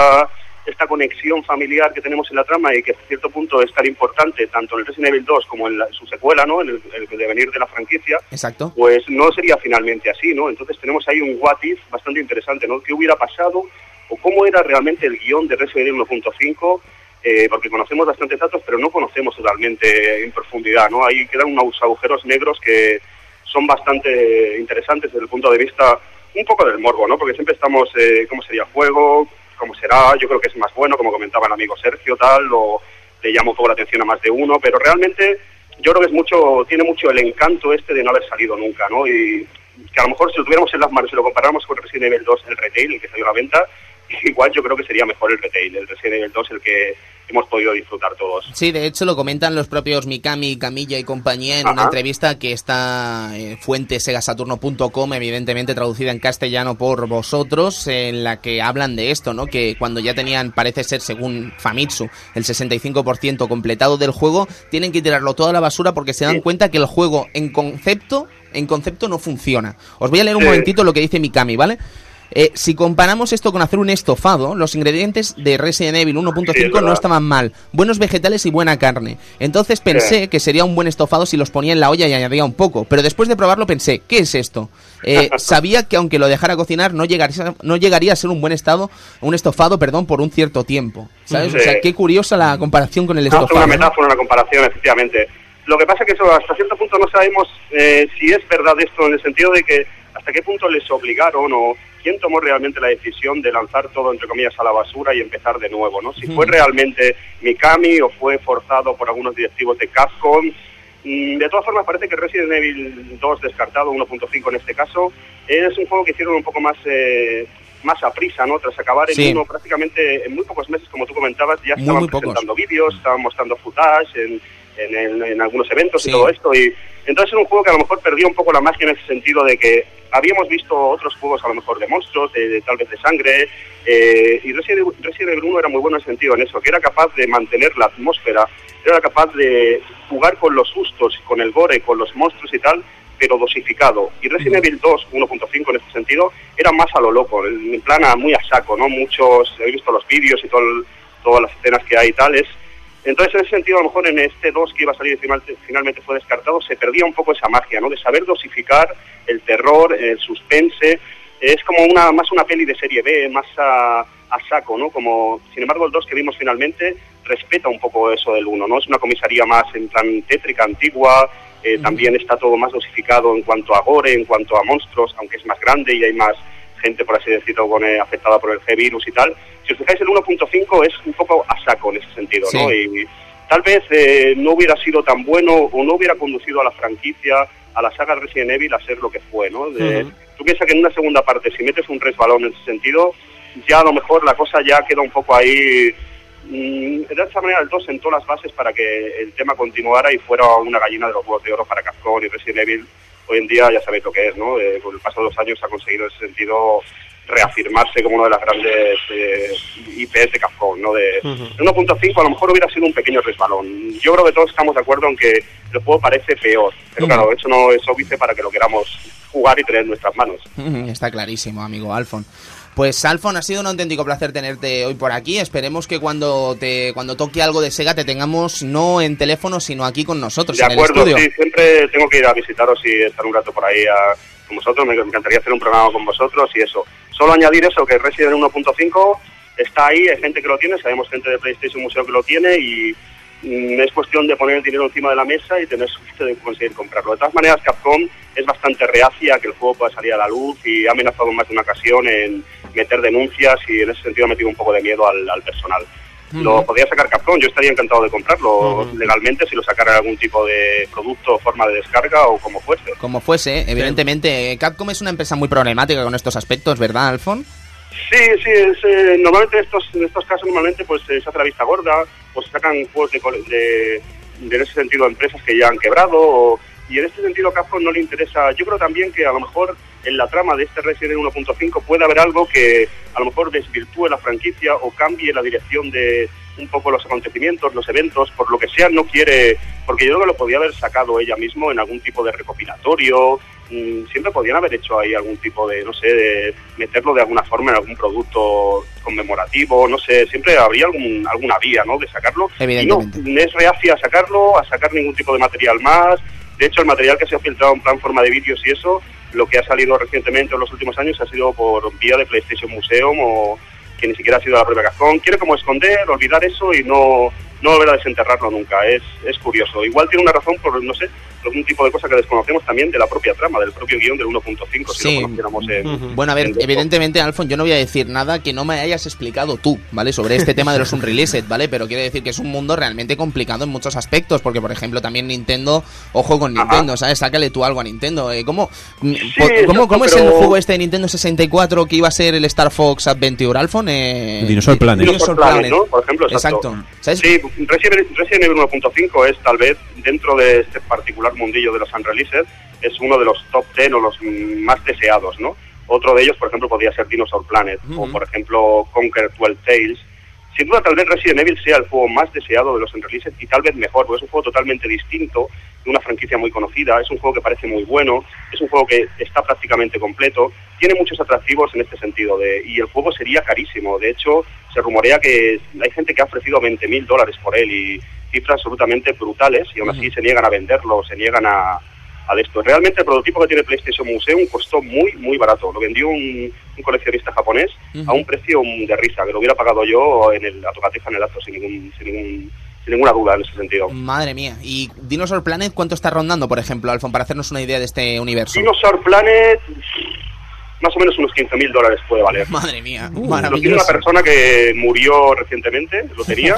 esta conexión familiar que tenemos en la trama y que hasta cierto punto es tan importante tanto en el Resident Evil 2 como en su secuela, ¿no? En el devenir de la franquicia. Exacto. Pues no sería finalmente así, ¿no? Entonces tenemos ahí un what if bastante interesante, ¿no? ¿Qué hubiera pasado o cómo era realmente el guión de Resident Evil 1.5? Porque conocemos bastantes datos, pero no conocemos totalmente en profundidad, ¿no? Ahí quedan unos agujeros negros que son bastante interesantes desde el punto de vista un poco del morbo, ¿no? Porque siempre estamos, ¿cómo sería el juego? ¿Cómo será? Yo creo que es más bueno, como comentaba el amigo Sergio, tal, o le llama un poco la atención a más de uno, pero realmente yo creo que tiene mucho el encanto de no haber salido nunca, ¿no? Y que a lo mejor si lo tuviéramos en las manos y lo comparáramos con Resident Evil 2, el retail, el que salió a la venta, igual yo creo que sería mejor el retail, el Resident Evil 2, el que hemos podido disfrutar todos. Sí, de hecho lo comentan los propios Mikami, Kamiya y compañía en una entrevista que está fuente segasaturno.com, evidentemente traducida en castellano por vosotros, en la que hablan de esto, ¿no? Que cuando ya tenían, parece ser según Famitsu, el 65% completado del juego, tienen que tirarlo todo a la basura porque se dan cuenta que el juego en concepto no funciona. Os voy a leer un momentito lo que dice Mikami, ¿vale? Si comparamos esto con hacer un estofado, los ingredientes de Resident Evil 1.5 no estaban mal. Buenos vegetales y buena carne. Entonces pensé que sería un buen estofado si los ponía en la olla y añadía un poco. Pero después de probarlo pensé, ¿qué es esto? Sabía que aunque lo dejara cocinar no llegaría a ser un estofado, por un cierto tiempo. ¿Sabes? Sí. O sea, qué curiosa la comparación con el estofado. Es una metáfora, una comparación, efectivamente. Lo que pasa es que eso, hasta cierto punto no sabemos si es verdad esto, en el sentido de que hasta qué punto les obligaron o quién tomó realmente la decisión de lanzar todo, entre comillas, a la basura y empezar de nuevo, ¿no? Si fue realmente Mikami o fue forzado por algunos directivos de Capcom. De todas formas, parece que Resident Evil 2 descartado, 1.5 en este caso, es un juego que hicieron un poco más a prisa, ¿no? Tras acabar el 1, prácticamente en muy pocos meses, como tú comentabas, ya estaban presentando vídeos, estaban mostrando footage en algunos eventos y todo esto, y entonces era un juego que a lo mejor perdió un poco la magia en ese sentido de que habíamos visto otros juegos a lo mejor de monstruos, tal vez de sangre, y Resident Evil 1 era muy bueno en el sentido en eso, que era capaz de mantener la atmósfera, era capaz de jugar con los sustos, con el gore, con los monstruos y tal, pero dosificado. Y Resident Evil 2, 1.5 en este sentido, era más a lo loco, en plan muy a saco, ¿no? Muchos, he visto los vídeos y todas las escenas que hay y tal, entonces, en ese sentido, a lo mejor en este 2 que iba a salir y finalmente fue descartado, se perdía un poco esa magia, ¿no? De saber dosificar el terror, el suspense. Es como más una peli de serie B, más a saco, ¿no? Como, sin embargo, el 2 que vimos finalmente respeta un poco eso del 1, ¿no? Es una comisaría más en plan tétrica, antigua, también está todo más dosificado en cuanto a gore, en cuanto a monstruos, aunque es más grande y hay más gente, por así decirlo, afectada por el G-Virus y tal. Si os fijáis, el 1.5 es un poco a saco en ese sentido, ¿no? Sí. Y tal vez no hubiera sido tan bueno o no hubiera conducido a la franquicia, a la saga Resident Evil, a ser lo que fue, ¿no? Tú piensas que en una segunda parte, si metes un resbalón en ese sentido, ya a lo mejor la cosa ya queda un poco ahí. De esta manera, el 2 sentó las bases para que el tema continuara y fuera una gallina de los huevos de oro para Capcom, y Resident Evil hoy en día ya sabéis lo que es, ¿no? Con el paso de los años ha conseguido en ese sentido reafirmarse como una de las grandes IPs de Capcom, ¿no? De 1.5 a lo mejor hubiera sido un pequeño resbalón. Yo creo que todos estamos de acuerdo en que el juego parece peor, pero claro, eso no es óbice para que lo queramos jugar y tener en nuestras manos. Está clarísimo, amigo Alfon. Pues Alfon, ha sido un auténtico placer tenerte hoy por aquí. Esperemos que cuando toque algo de Sega te tengamos no en teléfono, sino aquí con nosotros en el estudio. De acuerdo, sí, siempre tengo que ir a visitaros y estar un rato por ahí con vosotros. Me encantaría hacer un programa con vosotros y eso. Solo añadir eso, que Resident 1.5 está ahí, hay gente que lo tiene, sabemos gente de PlayStation Museo que lo tiene y es cuestión de poner el dinero encima de la mesa y tener suerte de conseguir comprarlo. De todas maneras, Capcom es bastante reacia a que el juego pueda salir a la luz y ha amenazado en más de una ocasión en meter denuncias y en ese sentido ha metido un poco de miedo al personal. Lo podría sacar Capcom, yo estaría encantado de comprarlo legalmente si lo sacara algún tipo de producto o forma de descarga o como fuese. Como fuese, evidentemente. Capcom es una empresa muy problemática con estos aspectos, ¿verdad, Alfon? Sí, normalmente en estos casos pues se hace la vista gorda o se sacan juegos de en ese sentido empresas que ya han quebrado y en este sentido a Capcom no le interesa. Yo creo también que a lo mejor en la trama de este Resident Evil 1.5 puede haber algo que a lo mejor desvirtúe la franquicia o cambie la dirección de un poco los acontecimientos, los eventos, por lo que sea no quiere, porque yo creo que lo podía haber sacado ella mismo en algún tipo de recopilatorio. Siempre podían haber hecho ahí algún tipo de, no sé, de meterlo de alguna forma en algún producto conmemorativo, no sé, siempre habría alguna vía, ¿no?, de sacarlo. Evidentemente. Y no es reacia a sacarlo, a sacar ningún tipo de material más. De hecho, el material que se ha filtrado en plan forma de vídeos y eso, lo que ha salido recientemente en los últimos años ha sido por vía de PlayStation Museum o que ni siquiera ha sido la propia Capcom. Quiere como esconder, olvidar eso y no volver a desenterrarlo nunca. Es curioso. Igual tiene una razón por, no sé, algún tipo de cosa que desconocemos también de la propia trama, del propio guión del 1.5, si lo conociéramos Bueno, a ver, evidentemente, Alfon, yo no voy a decir nada que no me hayas explicado tú, ¿vale? Sobre este tema de los Unreleased, ¿vale? Pero quiero decir que es un mundo realmente complicado en muchos aspectos, porque, por ejemplo, también Nintendo, ojo con Nintendo, ¿sabes? Sácale tú algo a Nintendo. ¿Cómo es el juego este de Nintendo 64 que iba a ser el Star Fox Adventure, Alfon? Dinosaur Planet. Dinosaur Planet, ¿no? Por ejemplo, exacto. ¿Sabes? Sí, Resident Evil 1.5 es tal vez, dentro de este particular mundillo de los Unreleased, es uno de los top 10 o los más deseados, ¿no? Otro de ellos, por ejemplo, podría ser Dinosaur Planet o, por ejemplo, Conquer 12 Tales. Sin duda, tal vez Resident Evil sea el juego más deseado de los Unreleased y tal vez mejor, porque es un juego totalmente distinto, de una franquicia muy conocida, es un juego que parece muy bueno, es un juego que está prácticamente completo, tiene muchos atractivos en este sentido, y el juego sería carísimo. De hecho, se rumorea que hay gente que ha ofrecido $20,000 por él y cifras absolutamente brutales, y aún así se niegan a venderlo, se niegan a esto. Realmente el prototipo que tiene PlayStation Museum costó muy, muy barato. Lo vendió un coleccionista japonés a un precio de risa, que lo hubiera pagado yo a tocateja en el acto, sin ninguna duda en ese sentido. Madre mía. ¿Y Dinosaur Planet cuánto está rondando, por ejemplo, Alfon, para hacernos una idea de este universo? Dinosaur Planet, más o menos unos $15,000 puede valer. Madre mía, lo tiene una persona que murió recientemente, lo tenía,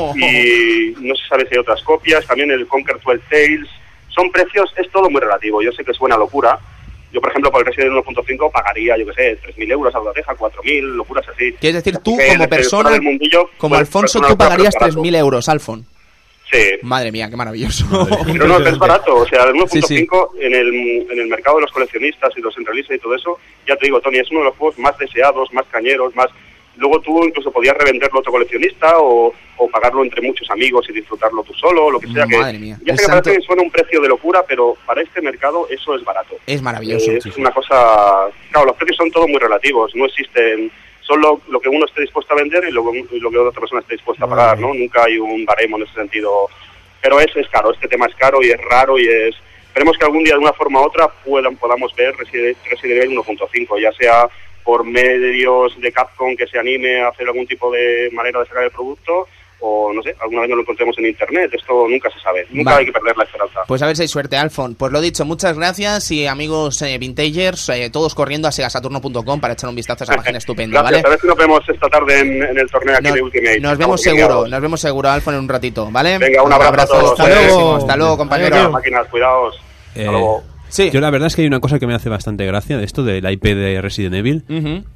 y no se sabe si hay otras copias. También el Conquer 12 Tales. Son precios, es todo muy relativo. Yo sé que suena locura. Yo, por ejemplo, por el Resident 1.5 pagaría, yo qué sé, 3.000 euros a tocateja, 4.000, locuras así. ¿Quieres decir tú, como persona, como Alfonso, tú pagarías 3.000 euros, Alfon? Sí. Madre mía, qué maravilloso. Pero no, es barato. O sea, el 1.5 sí. en el mercado de los coleccionistas y los centralistas y todo eso, ya te digo, Tony, es uno de los juegos más deseados, más cañeros, más... Luego tú incluso podías revenderlo a otro coleccionista o pagarlo entre muchos amigos y disfrutarlo tú solo, lo que sea. Madre mía. Ya sé que parece que suena un precio de locura, pero para este mercado eso es barato. Es maravilloso. Es una cosa... Claro, los precios son todos muy relativos, no existen... Son lo que uno esté dispuesto a vender y lo que otra persona esté dispuesta a pagar, ¿no? Nunca hay un baremo en ese sentido. Pero es caro, este tema es caro y es raro y es... Esperemos que algún día de una forma u otra podamos ver Resident Evil 1.5, ya sea por medios de Capcom que se anime a hacer algún tipo de manera de sacar el producto, o no sé, alguna vez nos lo encontremos en internet. Esto nunca se sabe, nunca hay que perder la esperanza. Pues a ver si hay suerte, Alfon. Pues lo dicho, muchas gracias y amigos vintagers, todos corriendo a segasaturno.com para echar un vistazo a esa página estupenda. Gracias, ¿vale? A ver si nos vemos esta tarde en el torneo aquí de Ultimate. Nos vemos seguro, Alfon, en un ratito, ¿vale? Venga, un abrazo a todos. Hasta luego, compañeros. Máquinas, cuidaos. Hasta luego. Sí. Yo la verdad es que hay una cosa que me hace bastante gracia de esto, de la IP de Resident Evil.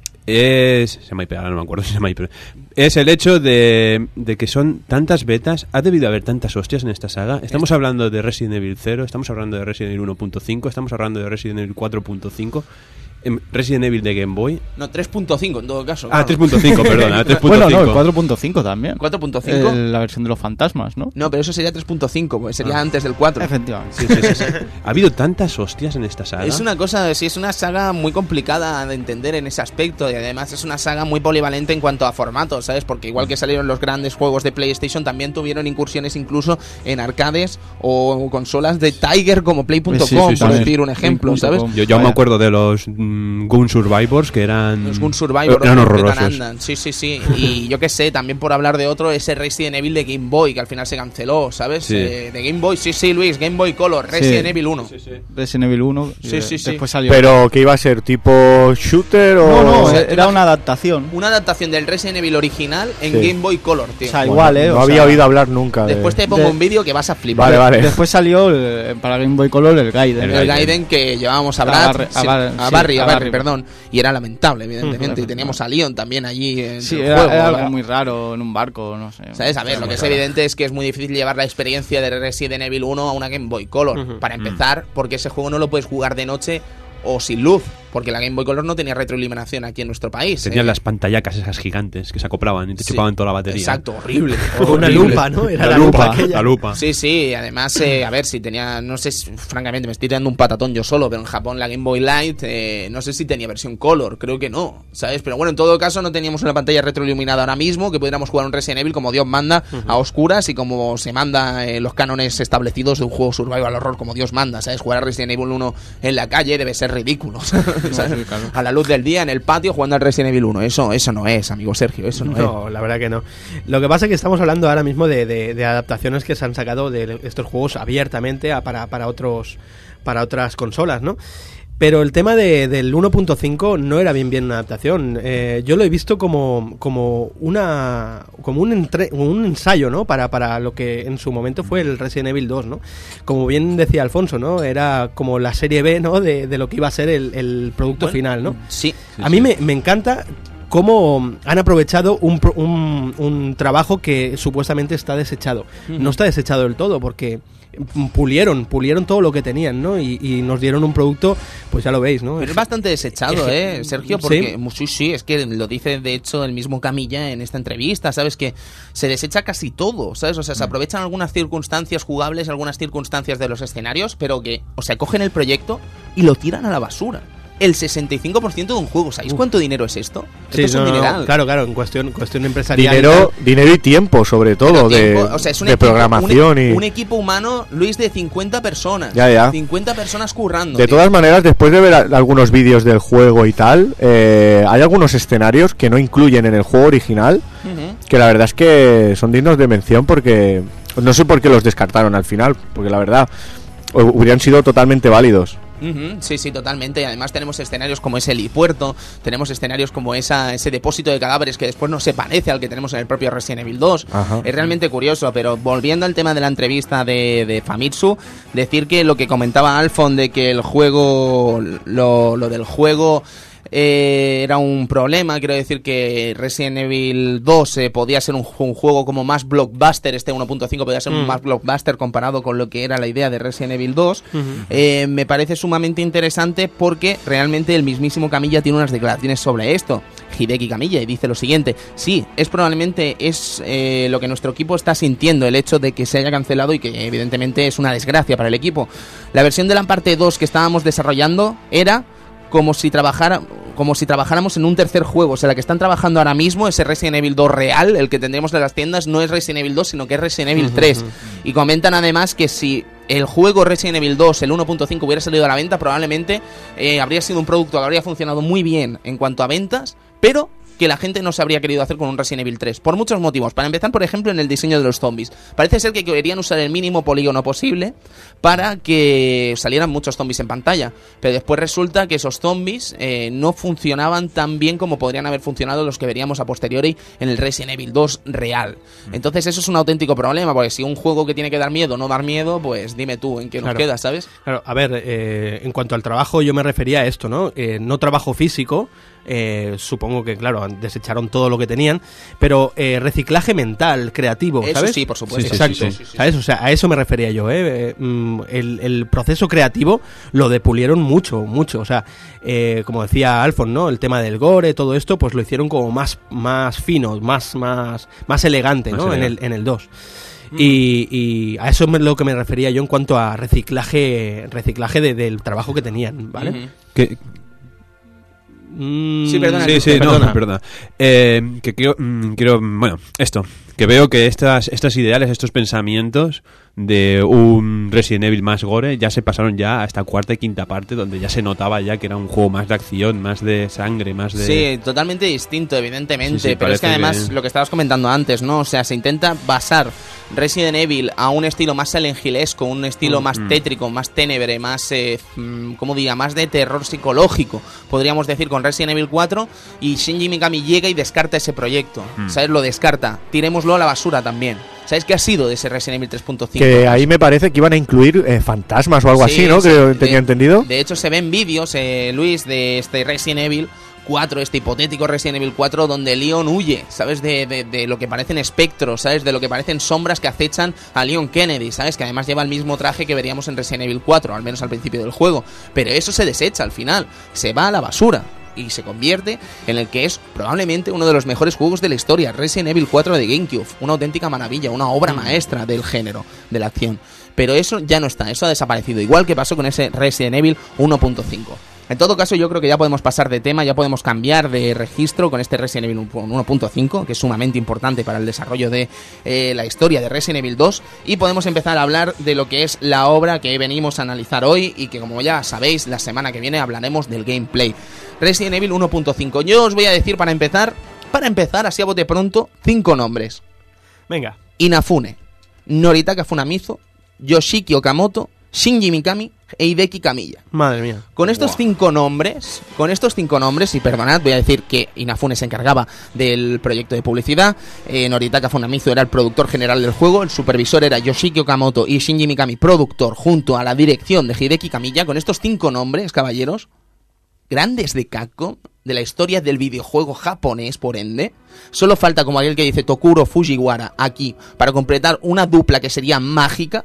Se llama IP, ahora no me acuerdo si se llama IP. Es el hecho de que son tantas betas. Ha debido haber tantas hostias en esta saga. Estamos hablando de Resident Evil 0, estamos hablando de Resident Evil 1.5, estamos hablando de Resident Evil 4.5, Resident Evil de Game Boy. No, 3.5 en todo caso. Ah, 3.5, perdona, 3.5. Bueno, no, el 4.5 también. 4.5. La versión de los fantasmas, ¿no? No, pero eso sería 3.5, pues sería antes del 4. Efectivamente. Sí. Ha habido tantas hostias en esta saga. Es una cosa, sí, es una saga muy complicada de entender en ese aspecto y además es una saga muy polivalente en cuanto a formatos, ¿sabes? Porque igual que salieron los grandes juegos de PlayStation, también tuvieron incursiones incluso en arcades o consolas de Tiger como Play.com, Sí, por decir un ejemplo, ¿sabes? Yo me acuerdo de los Gun Survivors, que eran... Los Gun Survivors eran horrorosos. Sí. Y yo qué sé, también por hablar de otro, ese Resident Evil de Game Boy, que al final se canceló, ¿sabes? Sí. De Game Boy, sí, Luis, Game Boy Color, Resident Evil 1. Resident Evil 1. Sí. Después salió. Pero que iba a ser tipo shooter o... No, O sea, era una adaptación. Una adaptación del Resident Evil original en Sí. Game Boy Color, tío. O sea, igual, No había oído hablar nunca. Después te pongo un vídeo que vas a flipar. Vale. Después salió para Game Boy Color el Gaiden. El Gaiden que llevábamos a Brad, a Barry, perdón, y era lamentable, evidentemente. Y teníamos a Leon también allí en Sí, el era juego. algo ¿verdad? muy raro en un barco, no sé. ¿Sabes? A ver, lo que es evidente es que es muy difícil llevar la experiencia de Resident Evil 1 a una Game Boy Color. Para empezar, porque ese juego no lo puedes jugar de noche o sin luz, porque la Game Boy Color no tenía retroiluminación aquí en nuestro país. Tenían las pantallacas esas gigantes que se acoplaban y te chupaban toda la batería. Exacto, horrible. Con una lupa, ¿no? Era la lupa aquella. La lupa. Sí, además, a ver, si tenía, no sé, francamente me estoy dando un patatón yo solo, pero en Japón la Game Boy Light, no sé si tenía versión color, creo que no, ¿sabes? Pero bueno, en todo caso no teníamos una pantalla retroiluminada ahora mismo, que pudiéramos jugar un Resident Evil como Dios manda, a oscuras y como se manda los cánones establecidos de un juego survival horror como Dios manda, ¿sabes? Jugar a Resident Evil 1 en la calle debe ser ridículo, ¿sabes? Sí, claro. A la luz del día, en el patio, jugando al Resident Evil 1, eso no es, amigo Sergio, eso no es. No, la verdad que no. Lo que pasa es que estamos hablando ahora mismo de adaptaciones que se han sacado de estos juegos abiertamente para otras consolas, ¿no? Pero el tema del 1.5 no era bien una adaptación. Yo lo he visto como un ensayo, ¿no? Para lo que en su momento fue el Resident Evil 2, ¿no? Como bien decía Alfonso, ¿no? Era como la serie B, ¿no? De lo que iba a ser el producto final, ¿no? Sí. A mí me encanta cómo han aprovechado un trabajo que supuestamente está desechado. No está desechado del todo, porque pulieron todo lo que tenían, ¿no? Y nos dieron un producto, pues ya lo veis, ¿no? Pero es bastante desechado, Sergio, porque sí, es que lo dice de hecho el mismo Camilla en esta entrevista, ¿sabes? Que se desecha casi todo, ¿sabes? O sea, se aprovechan algunas circunstancias jugables, algunas circunstancias de los escenarios, pero que, o sea, cogen el proyecto y lo tiran a la basura. El 65% de un juego, ¿sabéis cuánto dinero es esto? Sí, esto es un dineral. Claro, en cuestión empresarial. Dinero y tiempo, sobre todo, es un de equipo, programación un equipo humano, Luis, de 50 personas. Ya. 50 personas currando. De todas maneras, después de ver algunos vídeos del juego y tal, hay algunos escenarios que no incluyen en el juego original, que la verdad es que son dignos de mención, porque no sé por qué los descartaron al final, porque la verdad hubieran sido totalmente válidos. Sí, totalmente. Y además tenemos escenarios como ese helipuerto, tenemos escenarios como ese depósito de cadáveres que después no se parece al que tenemos en el propio Resident Evil 2. Ajá. Es realmente curioso, pero volviendo al tema de la entrevista de Famitsu, decir que lo que comentaba Alfon de que el juego, lo del juego era un problema. Quiero decir que Resident Evil 2 podía ser un juego como más blockbuster, este 1.5 podía ser un más blockbuster comparado con lo que era la idea de Resident Evil 2. Me parece sumamente interesante porque realmente el mismísimo Kamiya tiene unas declaraciones sobre esto, Hideki Kamiya, y dice lo siguiente: sí, probablemente es lo que nuestro equipo está sintiendo, el hecho de que se haya cancelado y que evidentemente es una desgracia para el equipo. La versión de la parte 2 que estábamos desarrollando era como si trabajáramos en un tercer juego. O sea, la que están trabajando ahora mismo, ese Resident Evil 2 real, el que tendremos en las tiendas, no es Resident Evil 2, sino que es Resident Evil 3. Y comentan además que si el juego Resident Evil 2, el 1.5, hubiera salido a la venta, probablemente habría sido un producto que habría funcionado muy bien en cuanto a ventas, pero que la gente no se habría querido hacer con un Resident Evil 3, por muchos motivos. Para empezar, por ejemplo, en el diseño de los zombies. Parece ser que querían usar el mínimo polígono posible para que salieran muchos zombies en pantalla, pero después resulta que esos zombies no funcionaban tan bien como podrían haber funcionado los que veríamos a posteriori en el Resident Evil 2 real. Entonces eso es un auténtico problema, porque si un juego que tiene que dar miedo no dar miedo, pues dime tú en qué nos queda, ¿sabes? Claro, a ver, en cuanto al trabajo yo me refería a esto, ¿no? No trabajo físico. Supongo que, claro, desecharon todo lo que tenían, pero reciclaje mental, creativo, ¿sabes? Eso sí, por supuesto. Exacto, sí. ¿Sabes? O sea, a eso me refería yo, el proceso creativo lo depulieron mucho, o sea, como decía Alfon, ¿no? El tema del gore, todo esto, pues lo hicieron como más fino, más elegante, ¿no? En el 2. Y a eso es lo que me refería yo en cuanto a reciclaje del trabajo que tenían, ¿vale? Sí, perdona. Perdona. Que quiero, bueno, esto, que veo que estas ideales, estos pensamientos de un Resident Evil más gore ya se pasaron ya a esta cuarta y quinta parte, donde ya se notaba ya que era un juego más de acción, más de sangre, más de... Sí, totalmente distinto, evidentemente, pero es que además lo que estabas comentando antes, ¿no? O sea, se intenta basar Resident Evil a un estilo más Silent Hillesco, un estilo más tétrico, más ténebre, más, ¿cómo diga? Más de terror psicológico, podríamos decir, con Resident Evil 4, y Shinji Mikami llega y descarta ese proyecto, ¿sabes? Lo descarta, tirémoslo a la basura también. ¿Sabes qué ha sido de ese Resident Evil 3.5? Que ahí me parece que iban a incluir fantasmas o algo así, ¿no? Creo que tenía entendido. De hecho, se ven vídeos, Luis, de este Resident Evil 4, este hipotético Resident Evil 4, donde Leon huye, ¿sabes? De lo que parecen espectros, ¿sabes? De lo que parecen sombras que acechan a Leon Kennedy, ¿sabes? Que además lleva el mismo traje que veríamos en Resident Evil 4, al menos al principio del juego. Pero eso se desecha al final, se va a la basura y se convierte en el que es probablemente uno de los mejores juegos de la historia, Resident Evil 4 de GameCube, una auténtica maravilla, una obra maestra del género, de la acción. Pero eso ya no está, eso ha desaparecido, igual que pasó con ese Resident Evil 1.5. En todo caso, yo creo que ya podemos pasar de tema, ya podemos cambiar de registro con este Resident Evil 1.5, que es sumamente importante para el desarrollo de la historia de Resident Evil 2, y podemos empezar a hablar de lo que es la obra que venimos a analizar hoy y que, como ya sabéis, la semana que viene hablaremos del gameplay. Resident Evil 1.5. Yo os voy a decir para empezar así a bote pronto, 5 nombres. Venga. Inafune, Noritaka Funamizu, Yoshiki Okamoto, Shinji Mikami e Hideki Kamiya. Madre mía. Con estos 5 nombres, y perdonad, voy a decir que Inafune se encargaba del proyecto de publicidad, Noritaka Funamizu era el productor general del juego, el supervisor era Yoshiki Okamoto y Shinji Mikami, productor, junto a la dirección de Hideki Kamiya. Con estos 5 nombres, caballeros, grandes de Capcom, de la historia del videojuego japonés, por ende, solo falta, como aquel que dice, Tokuro Fujiwara aquí, para completar una dupla que sería mágica,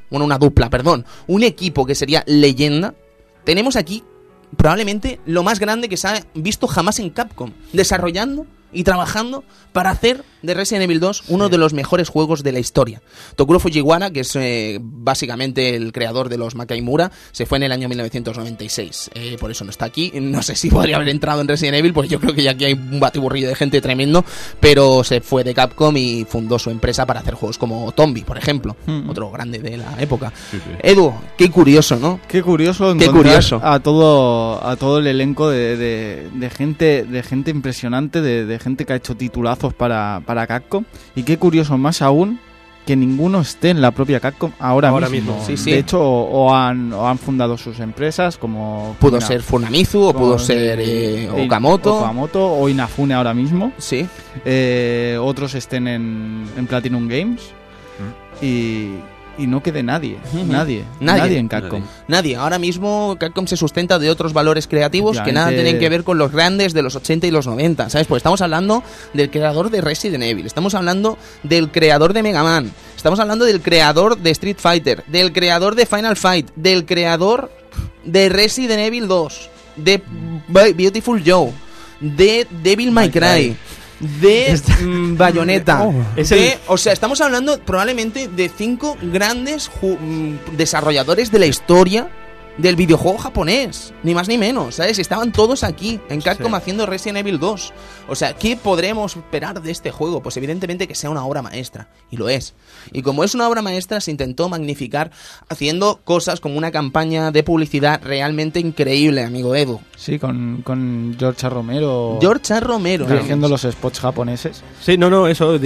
un equipo que sería leyenda. Tenemos aquí probablemente lo más grande que se ha visto jamás en Capcom, desarrollando y trabajando para hacer de Resident Evil 2 uno de los mejores juegos de la historia. Tokuro Fujiwara, que es básicamente el creador de los Makaimura, se fue en el año 1996. Por eso no está aquí. No sé si podría haber entrado en Resident Evil, pues yo creo que ya aquí hay un batiburrillo de gente tremendo, pero se fue de Capcom y fundó su empresa para hacer juegos como Tombi, por ejemplo, otro grande de la época. Sí. Edu, qué curioso, ¿no? Qué curioso encontrar a todo el elenco de gente impresionante, de gente que ha hecho titulazos para Capcom, y qué curioso más aún que ninguno esté en la propia Capcom ahora mismo. Sí. De hecho, o han fundado sus empresas, como pudo ser Funamizu o pudo ser Okamoto o Inafune ahora mismo. Sí. Otros estén en Platinum Games. Y y no quede nadie en Capcom. Nadie. Ahora mismo Capcom se sustenta de otros valores creativos que nada tienen que ver con los grandes de los 80 y los 90, ¿sabes? Pues estamos hablando del creador de Resident Evil, estamos hablando del creador de Mega Man, estamos hablando del creador de Street Fighter, del creador de Final Fight, del creador de Resident Evil 2, de Beautiful Joe, de Devil May Cry, de Bayonetta. O sea, estamos hablando probablemente de 5 grandes desarrolladores de la historia del videojuego japonés, ni más ni menos, ¿sabes? Estaban todos aquí en Capcom haciendo Resident Evil 2. O sea, ¿qué podremos esperar de este juego? Pues evidentemente que sea una obra maestra, y lo es. Y como es una obra maestra, se intentó magnificar haciendo cosas como una campaña de publicidad realmente increíble, amigo Edu. Sí, con George A. Romero. George A. Romero. Dirigiendo los spots japoneses. Sí, eso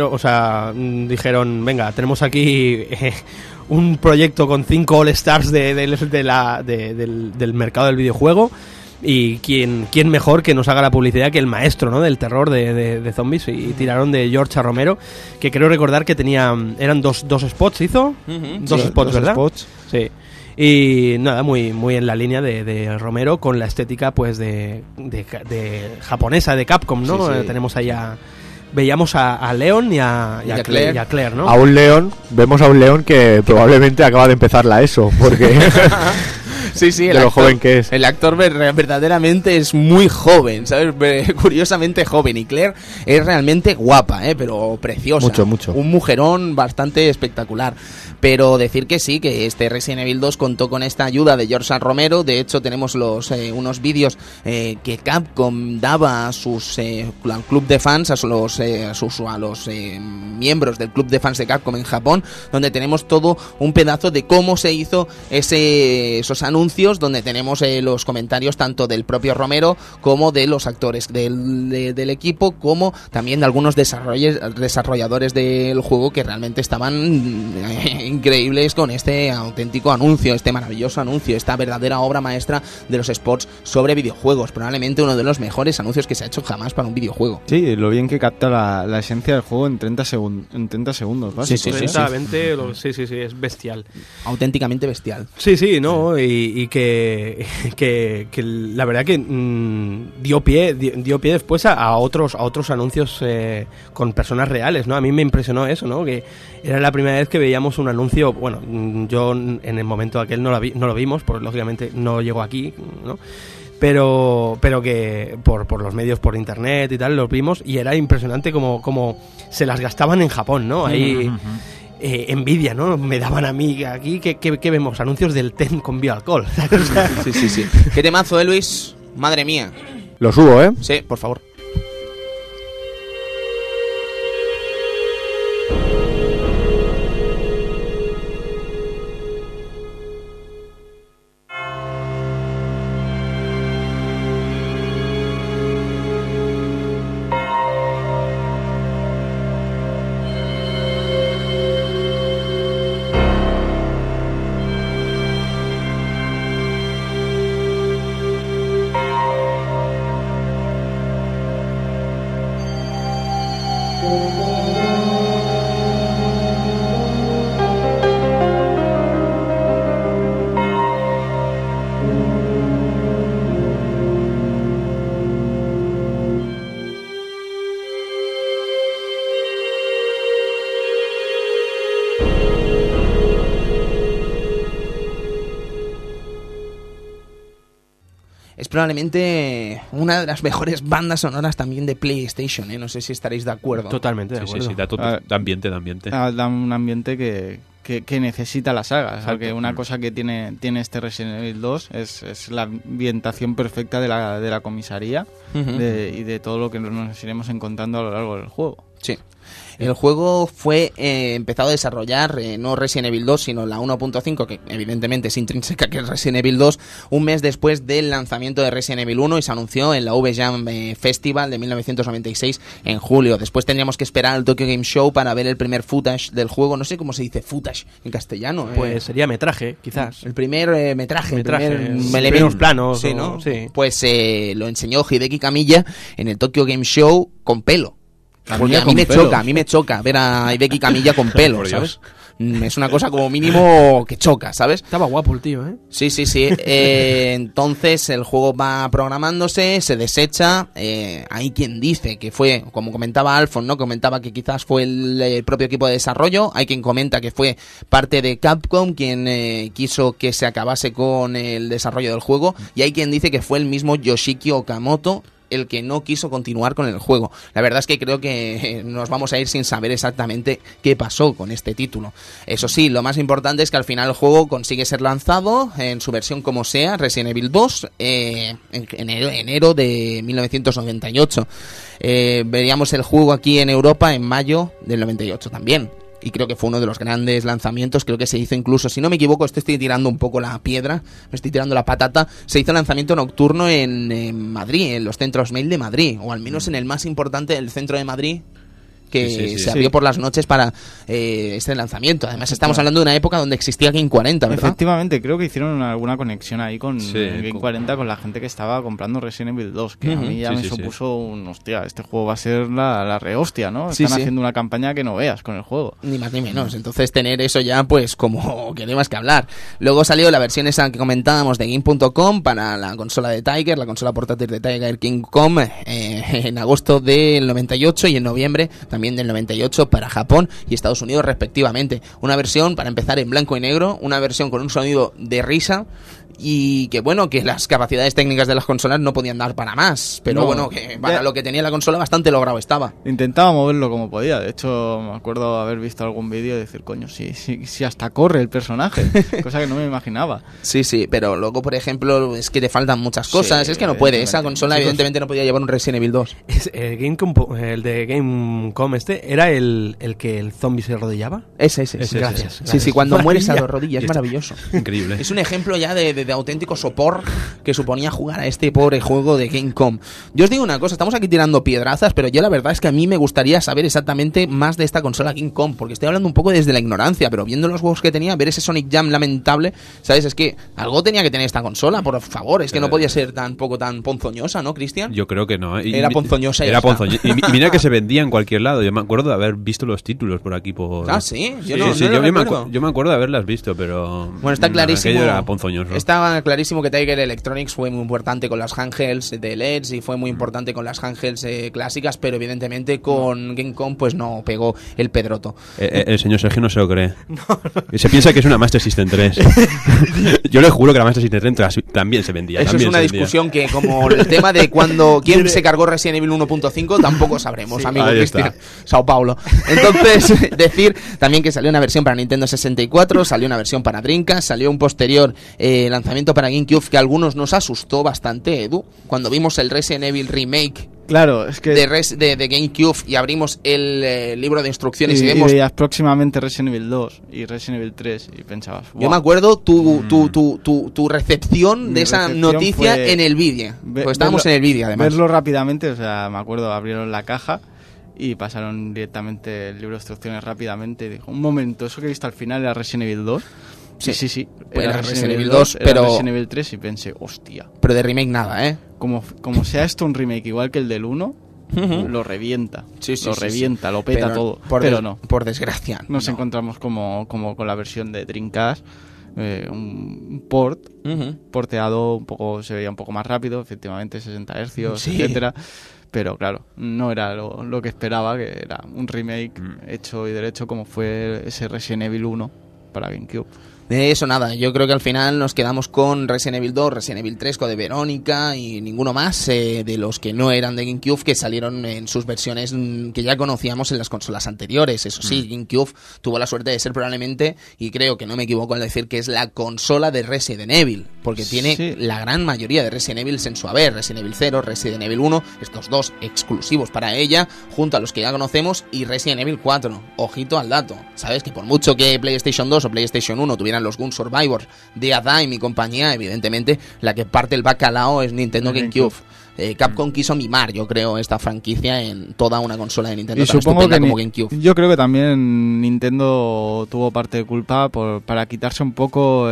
dijeron, venga, tenemos aquí un proyecto con 5 All-Stars del mercado del videojuego, y quién mejor que nos haga la publicidad que el maestro, ¿no?, del terror de zombies, y tiraron de George A. Romero, que creo recordar que eran dos spots, ¿hizo? Dos spots, ¿verdad? Spots. Sí. Y nada, muy en la línea de Romero, con la estética pues de japonesa de Capcom, ¿no? Sí. Tenemos ahí veíamos a Leon y a Claire, ¿no? Vemos a un Leon que probablemente acaba de empezar la ESO, porque sí, de lo joven que es. El actor verdaderamente es muy joven, ¿sabes? Curiosamente joven, y Claire es realmente guapa, pero preciosa. Mucho. Un mujerón bastante espectacular. Pero decir que sí, que este Resident Evil 2 contó con esta ayuda de George A. Romero. De hecho, tenemos unos vídeos que Capcom daba a al club de fans, a los miembros del club de fans de Capcom en Japón, donde tenemos todo un pedazo de cómo se hizo esos anuncios, donde tenemos los comentarios tanto del propio Romero como de los actores del equipo, como también de algunos desarrolladores del juego, que realmente estaban increíbles con este auténtico anuncio, este maravilloso anuncio, esta verdadera obra maestra de los spots sobre videojuegos, probablemente uno de los mejores anuncios que se ha hecho jamás para un videojuego. Sí, lo bien que capta la esencia del juego en 30 segundos, ¿vale? Sí, 30, 20, sí, es bestial. Auténticamente bestial. Sí, ¿no? Y que la verdad que dio pie después a otros anuncios con personas reales, ¿no? A mí me impresionó eso, ¿no? Que era la primera vez que veíamos un anuncio, bueno, yo en el momento aquel no lo vimos, porque lógicamente no llegó aquí, ¿no? Pero que por los medios, por internet y tal, lo vimos, y era impresionante como se las gastaban en Japón, ¿no? Ahí envidia, ¿no? Me daban a mí aquí que vemos anuncios del Ten con bioalcohol. Sí. ¿Qué temazo, Luis? Madre mía. Lo subo, ¿eh? Sí, por favor. Es probablemente una de las mejores bandas sonoras también de PlayStation, ¿eh? No sé si estaréis de acuerdo. Totalmente de acuerdo. Sí, da ambiente. Da un ambiente que necesita la saga. O sea, que una cosa que tiene este Resident Evil 2 es la ambientación perfecta de la comisaría y de todo lo que nos iremos encontrando a lo largo del juego. Sí. El juego fue empezado a desarrollar no Resident Evil 2, sino la 1.5, que evidentemente es intrínseca que es Resident Evil 2, un mes después del lanzamiento de Resident Evil 1, y se anunció en la V-Jam Festival de 1996 en julio. Después tendríamos que esperar al Tokyo Game Show para ver el primer footage del juego. No sé cómo se dice footage en castellano. Pues sería metraje, quizás. El primer metraje. Primeros planos. Sí, ¿no? Sí. Pues lo enseñó Hideki Kamiya en el Tokyo Game Show con pelo. Porque a mí me choca ver a Hideki Kamiya con pelo, ¿sabes? es una cosa como mínimo que choca, ¿sabes? Estaba guapo el tío, ¿eh? Sí. Entonces el juego va programándose, se desecha. Hay quien dice que fue, como comentaba Alfon, ¿no? Comentaba que quizás fue el propio equipo de desarrollo. Hay quien comenta que fue parte de Capcom quien quiso que se acabase con el desarrollo del juego. Y hay quien dice que fue el mismo Yoshiki Okamoto el que no quiso continuar con el juego. La verdad es que creo que nos vamos a ir sin saber exactamente qué pasó con este título. Eso sí, lo más importante es que al final el juego consigue ser lanzado en su versión como sea, Resident Evil 2, en enero de 1998. Veríamos el juego aquí en Europa en mayo del 98 también. Y creo que fue uno de los grandes lanzamientos. Creo que se hizo incluso, si no me equivoco, estoy tirando un poco la piedra, me estoy tirando la patata. Se hizo lanzamiento nocturno en Madrid, en los centros mail de Madrid, o al menos en el más importante del centro de Madrid, que se abrió por las noches para este lanzamiento. Además estamos hablando de una época donde existía Game 40, ¿verdad? Efectivamente, creo que hicieron alguna conexión ahí con Game 40, con la gente que estaba comprando Resident Evil 2, que a mí ya me supuso un, hostia, este juego va a ser la rehostia, ¿no? Están haciendo una campaña que no veas con el juego. Ni más ni menos. Entonces tener eso ya, pues como que no hay más que hablar. Luego salió la versión esa que comentábamos de Game.com para la consola de Tiger, la consola portátil de Tiger King.com, en agosto del 98 y en noviembre también del 98 para Japón y Estados Unidos respectivamente. Una versión para empezar en blanco y negro, una versión con un sonido de risa y que bueno, que las capacidades técnicas de las consolas no podían dar para más, pero bueno, que para lo que tenía la consola bastante logrado estaba. Intentaba moverlo como podía, de hecho me acuerdo haber visto algún vídeo y decir, coño, sí hasta corre el personaje, cosa que no me imaginaba. Sí, pero luego por ejemplo es que te faltan muchas cosas, es que no puede, esa consola evidentemente no podía llevar un Resident Evil 2. El de Gamecom era el que el zombie se arrodillaba. Ese. Gracias. Sí, cuando mueres a las rodillas, es maravilloso. Increíble. Es un ejemplo ya de auténtico sopor que suponía jugar a este pobre juego de Gamecom. Yo os digo una cosa, estamos aquí tirando piedrazas, pero yo la verdad es que a mí me gustaría saber exactamente más de esta consola Gamecom, porque estoy hablando un poco desde la ignorancia, pero viendo los juegos que tenía, ver ese Sonic Jam lamentable, ¿sabes? Es que algo tenía que tener esta consola, por favor, es que no podía ser tan ponzoñosa, ¿no, Cristian? Yo creo que no. Era ponzoñosa. Era ponzoñosa. Y mira que se vendía en cualquier lado. Yo me acuerdo de haber visto los títulos por aquí. Ah, ¿sí? Yo me acuerdo de haberlas visto, pero... Bueno, está clarísimo. Era ponzoñoso. Estaba clarísimo que Tiger Electronics fue muy importante con las handhelds de LEDs y fue muy importante con las handhelds clásicas, pero evidentemente con Gamecom pues no pegó el pedroto. El señor Sergio no se lo cree. Se piensa que es una Master System 3. Yo le juro que la Master System 3 también se vendía. Eso es una discusión que, como el tema de quién se cargó Resident Evil 1.5, tampoco sabremos, amigo Cristian. Sao Paulo. Entonces, decir también que salió una versión para Nintendo 64, salió una versión para Dreamcast, salió un posterior lanzamiento para GameCube que a algunos nos asustó bastante, Edu, cuando vimos el Resident Evil Remake. Claro, es que de GameCube y abrimos el libro de instrucciones y vemos... Y veías próximamente Resident Evil 2 y Resident Evil 3 y pensabas... Wow. Yo me acuerdo tu recepción de esa noticia en el vídeo. Pues estábamos en el vídeo, además. Verlo rápidamente, o sea, me acuerdo, abrieron la caja y pasaron directamente el libro de instrucciones rápidamente y dijo, un momento, ¿eso que he visto al final era Resident Evil 2? Sí. Era Resident Evil 2, pero... Era Resident Evil 3 y pensé, hostia. Pero de remake nada, ¿eh? Como sea esto un remake igual que el del 1, lo revienta. Lo peta todo. Pero no. Por desgracia. Nos encontramos como con la versión de Dreamcast, un port, porteado un poco, se veía un poco más rápido, efectivamente 60 Hz, etcétera. Pero claro, no era lo que esperaba, que era un remake hecho y derecho como fue ese Resident Evil 1 para GameCube. De eso nada, yo creo que al final nos quedamos con Resident Evil 2, Resident Evil 3, Code Verónica y ninguno más de los que no eran de GameCube que salieron en sus versiones que ya conocíamos en las consolas anteriores. Eso sí, GameCube tuvo la suerte de ser probablemente, y creo que no me equivoco al decir que es la consola de Resident Evil, porque tiene la gran mayoría de Resident Evil en su haber, Resident Evil 0, Resident Evil 1, estos dos exclusivos para ella, junto a los que ya conocemos, y Resident Evil 4, ojito al dato, ¿sabes? Que por mucho que PlayStation 2 o PlayStation 1 tuvieran los Gun Survivors de Adime y compañía, evidentemente la que parte el bacalao es Nintendo GameCube. Capcom quiso mimar, yo creo, esta franquicia en toda una consola de Nintendo y tan supongo que como GameCube. Yo creo que también Nintendo tuvo parte de culpa para quitarse un poco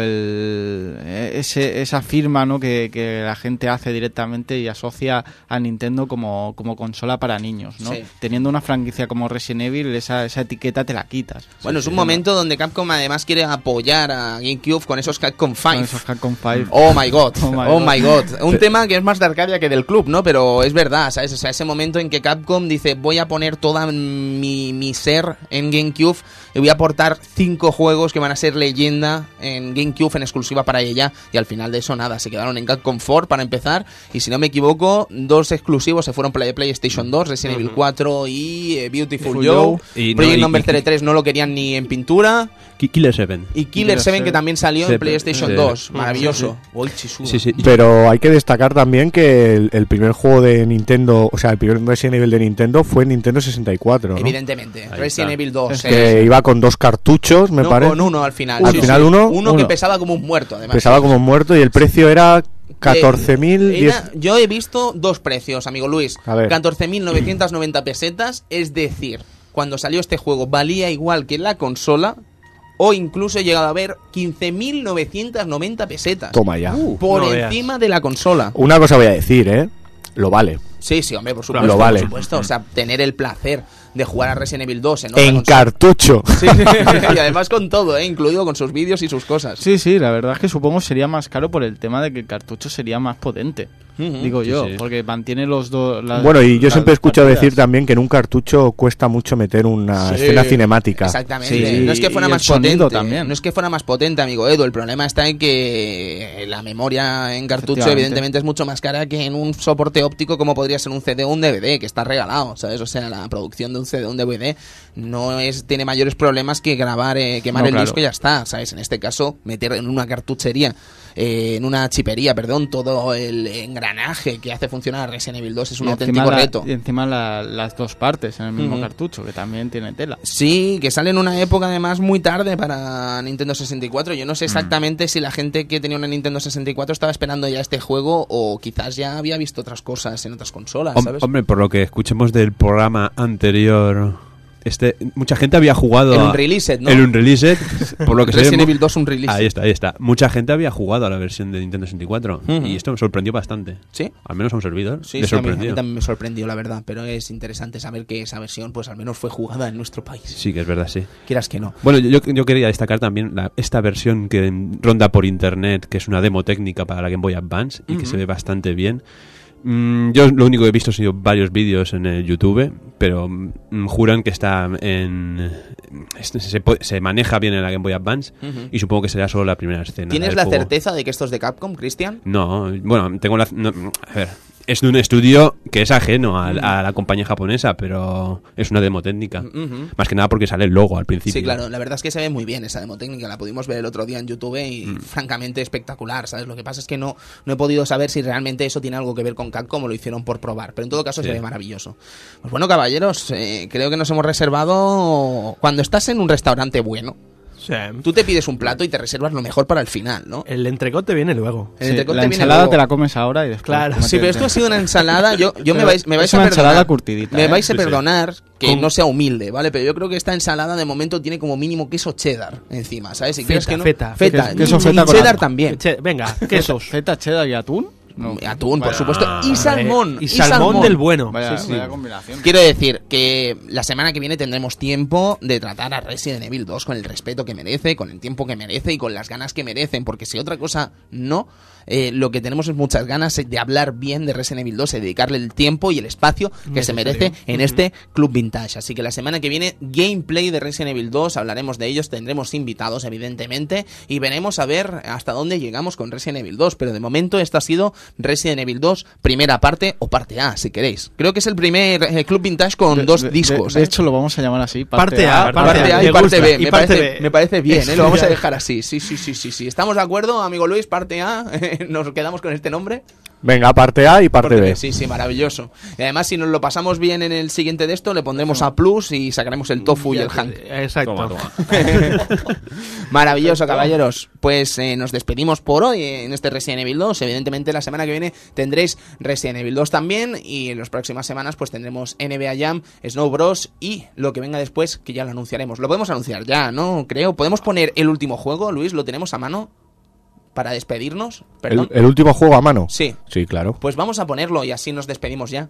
esa firma, ¿no? que la gente hace directamente y asocia a Nintendo como consola para niños, ¿no? Sí. Teniendo una franquicia como Resident Evil, esa etiqueta te la quitas. Bueno, es un momento donde Capcom además quiere apoyar a GameCube con esos Capcom 5. Con esos Capcom 5. Oh my god, oh my god. Un tema que es más de Arcadia que del club, ¿no? Pero es verdad, ¿sabes? O sea, ese momento en que Capcom dice, voy a poner toda mi ser en GameCube y voy a aportar 5 juegos que van a ser leyenda en GameCube en exclusiva para ella, y al final de eso nada, se quedaron en Capcom 4 para empezar, y si no me equivoco, 2 exclusivos se fueron para PlayStation 2, Resident Evil 4 y Beautiful Joe. Y Project Number 3 no lo querían ni en pintura. Killer 7. Y Killer 7 que también salió en PlayStation 2. Maravilloso. Sí. Pero hay que destacar también que el primer juego de Nintendo, o sea, el primer Resident Evil de Nintendo fue en Nintendo 64, ¿no? Evidentemente. Resident Evil 2. Que iba con 2 cartuchos, me parece. Con uno al final. Al final uno. Uno que pesaba como un muerto, además. Pesaba como un muerto y el precio era 14.000. Yo he visto 2 precios, amigo Luis. 14.990 pesetas, es decir, cuando salió este juego valía igual que la consola, o incluso he llegado a ver 15.990 pesetas. Toma ya. Por encima de la consola. Una cosa voy a decir, lo vale. Sí, hombre, por supuesto. Lo vale. Por supuesto. O sea, tener el placer de jugar a Resident Evil 2 en cartucho. Sí, y además con todo, incluido con sus vídeos y sus cosas. Sí, la verdad es que supongo sería más caro por el tema de que el cartucho sería más potente. Digo yo, porque mantiene los dos. Bueno, y yo siempre he escuchado decir también que en un cartucho cuesta mucho meter una escena cinemática. Exactamente. No es que fuera más potente también. No es que fuera más potente, amigo Edu. El problema está en que la memoria en cartucho evidentemente es mucho más cara que en un soporte óptico como podría ser un CD o un DVD, que está regalado, ¿sabes? O sea, la producción de un CD o un DVD tiene mayores problemas que grabar, quemar el disco y ya está, ¿sabes? En este caso, meter en una cartuchería, en una chipería, todo el engranaje que hace funcionar Resident Evil 2 es un auténtico reto. Y encima las 2 partes en el mismo cartucho, que también tiene tela. Sí, que sale en una época además muy tarde para Nintendo 64. Yo no sé exactamente si la gente que tenía una Nintendo 64 estaba esperando ya este juego o quizás ya había visto otras cosas en otras consolas, ¿sabes? Hombre, por lo que escuchemos del programa anterior, mucha gente había jugado el Unreleased, ¿no? El Unreleased, por lo que Resident Evil 2 Unreleased. Ahí está. Mucha gente había jugado a la versión de Nintendo 64 y esto me sorprendió bastante. ¿Sí? Al menos a un servidor. Sí, a mí también me sorprendió, la verdad, pero es interesante saber que esa versión pues al menos fue jugada en nuestro país. Sí, que es verdad, sí. Quieras que no. Bueno, yo quería destacar también esta versión que ronda por internet, que es una demo técnica para la Game Boy Advance y que se ve bastante bien. Yo lo único que he visto han sido varios vídeos en el YouTube, pero juran que está se maneja bien en la Game Boy Advance y supongo que será solo la primera escena. ¿Tienes la certeza de que esto es de Capcom, Cristian? No, bueno, tengo a ver, es de un estudio que es ajeno a la compañía japonesa, pero es una demo técnica. Más que nada porque sale el logo al principio. Sí, claro, la verdad es que se ve muy bien esa demo técnica. La pudimos ver el otro día en YouTube y francamente espectacular, ¿sabes? Lo que pasa es que no he podido saber si realmente eso tiene algo que ver con Capcom o lo hicieron por probar. Pero en todo caso se ve maravilloso. Pues bueno, caballeros, creo que nos hemos reservado... Cuando estás en un restaurante bueno, tú te pides un plato y te reservas lo mejor para el final, ¿no? El entrecot te viene luego. La ensalada te la comes ahora y después. Claro. Sí, pero esto ha sido una ensalada. Me vais a ensalada perdonar. curtidita. Me vais a perdonar que no sea humilde, ¿vale? Pero yo creo que esta ensalada de momento tiene como mínimo queso cheddar encima, ¿sabes? Si quieres que no. Feta. Queso feta con cheddar también. Venga, quesos. Feta, cheddar y atún. No. Atún, por supuesto, y salmón. Y salmón del bueno. Vaya combinación. Quiero decir que la semana que viene tendremos tiempo de tratar a Resident Evil 2 con el respeto que merece, con el tiempo que merece y con las ganas que merecen, porque si otra cosa no, lo que tenemos es muchas ganas de hablar bien de Resident Evil 2 y dedicarle el tiempo y el espacio que se merece en este Club Vintage. Así que la semana que viene, gameplay de Resident Evil 2, hablaremos de ellos, tendremos invitados evidentemente y veremos a ver hasta dónde llegamos con Resident Evil 2, pero de momento esta ha sido Resident Evil 2, primera parte o parte A, si queréis. Creo que es el primer Club Vintage con 2 discos. De hecho, lo vamos a llamar así. Parte A y parte B. Me parece bien, lo vamos a dejar así. Sí. ¿Estamos de acuerdo, amigo Luis? Parte A. ¿Nos quedamos con este nombre? Venga, parte A y parte B. Sí, sí, maravilloso. Y además, si nos lo pasamos bien en el siguiente de esto, le pondremos a plus y sacaremos el tofu y el hank. Exacto. Toma. Maravilloso, caballeros. Pues nos despedimos por hoy en este Resident Evil 2. Evidentemente, la semana que viene tendréis Resident Evil 2 también. Y en las próximas semanas pues tendremos NBA Jam, Snow Bros. Y lo que venga después, que ya lo anunciaremos. Lo podemos anunciar ya, ¿no? Creo. ¿Podemos poner el último juego, Luis? ¿Lo tenemos a mano? Para despedirnos, perdón. ¿El último juego a mano? Sí. Sí, claro. Pues vamos a ponerlo y así nos despedimos ya.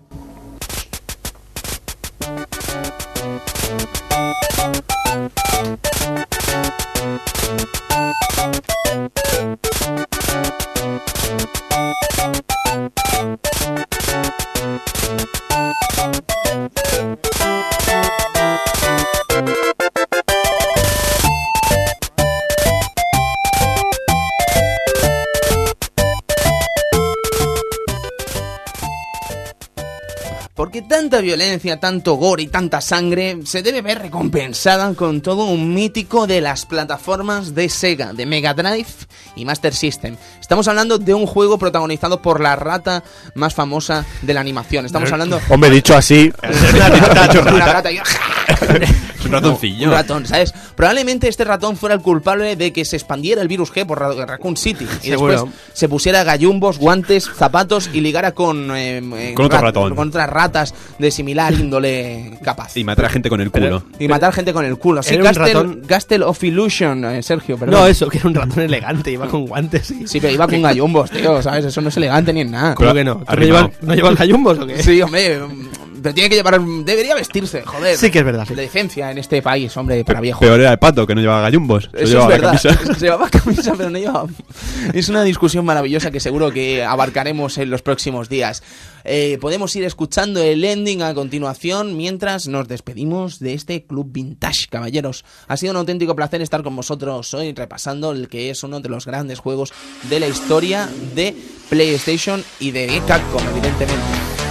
Porque tanta violencia, tanto gore y tanta sangre se debe ver recompensada con todo un mítico de las plataformas de Sega, de Mega Drive y Master System. Estamos hablando de un juego protagonizado por la rata más famosa de la animación. Estamos hablando... Hombre, dicho así... una rata y... Un ratoncillo. Un ratón, ¿sabes? Probablemente este ratón fuera el culpable de que se expandiera el virus G por Raccoon City. Y Seguro. después se pusiera gallumbos, guantes, zapatos y ligara con otro ratón. Con otras ratas de similar índole capaz. Y matar a gente con el culo. Y matar gente con el culo. Sí, Era un ratón- Castle of Illusion, Sergio, perdón. No, eso, que era un ratón elegante, iba con guantes y... Sí, pero iba con gallumbos, tío, ¿sabes? Eso no es elegante ni en nada. ¿Cómo que no? ¿Tú Arrimado. ¿No llevas gallumbos o qué? Sí, hombre, pero tiene que llevar... Debería vestirse, joder. Sí que es verdad, sí. La decencia en este país, hombre, para viejo. Peor era el pato, que no llevaba gallumbos. Solo Eso es llevaba la verdad. camisa. Se llevaba camisa, pero no llevaba. Es una discusión maravillosa que seguro que abarcaremos en los próximos días. Podemos ir escuchando el ending a continuación mientras nos despedimos de este Club Vintage, caballeros. Ha sido un auténtico placer estar con vosotros hoy repasando el que es uno de los grandes juegos de la historia de PlayStation y de Capcom, evidentemente.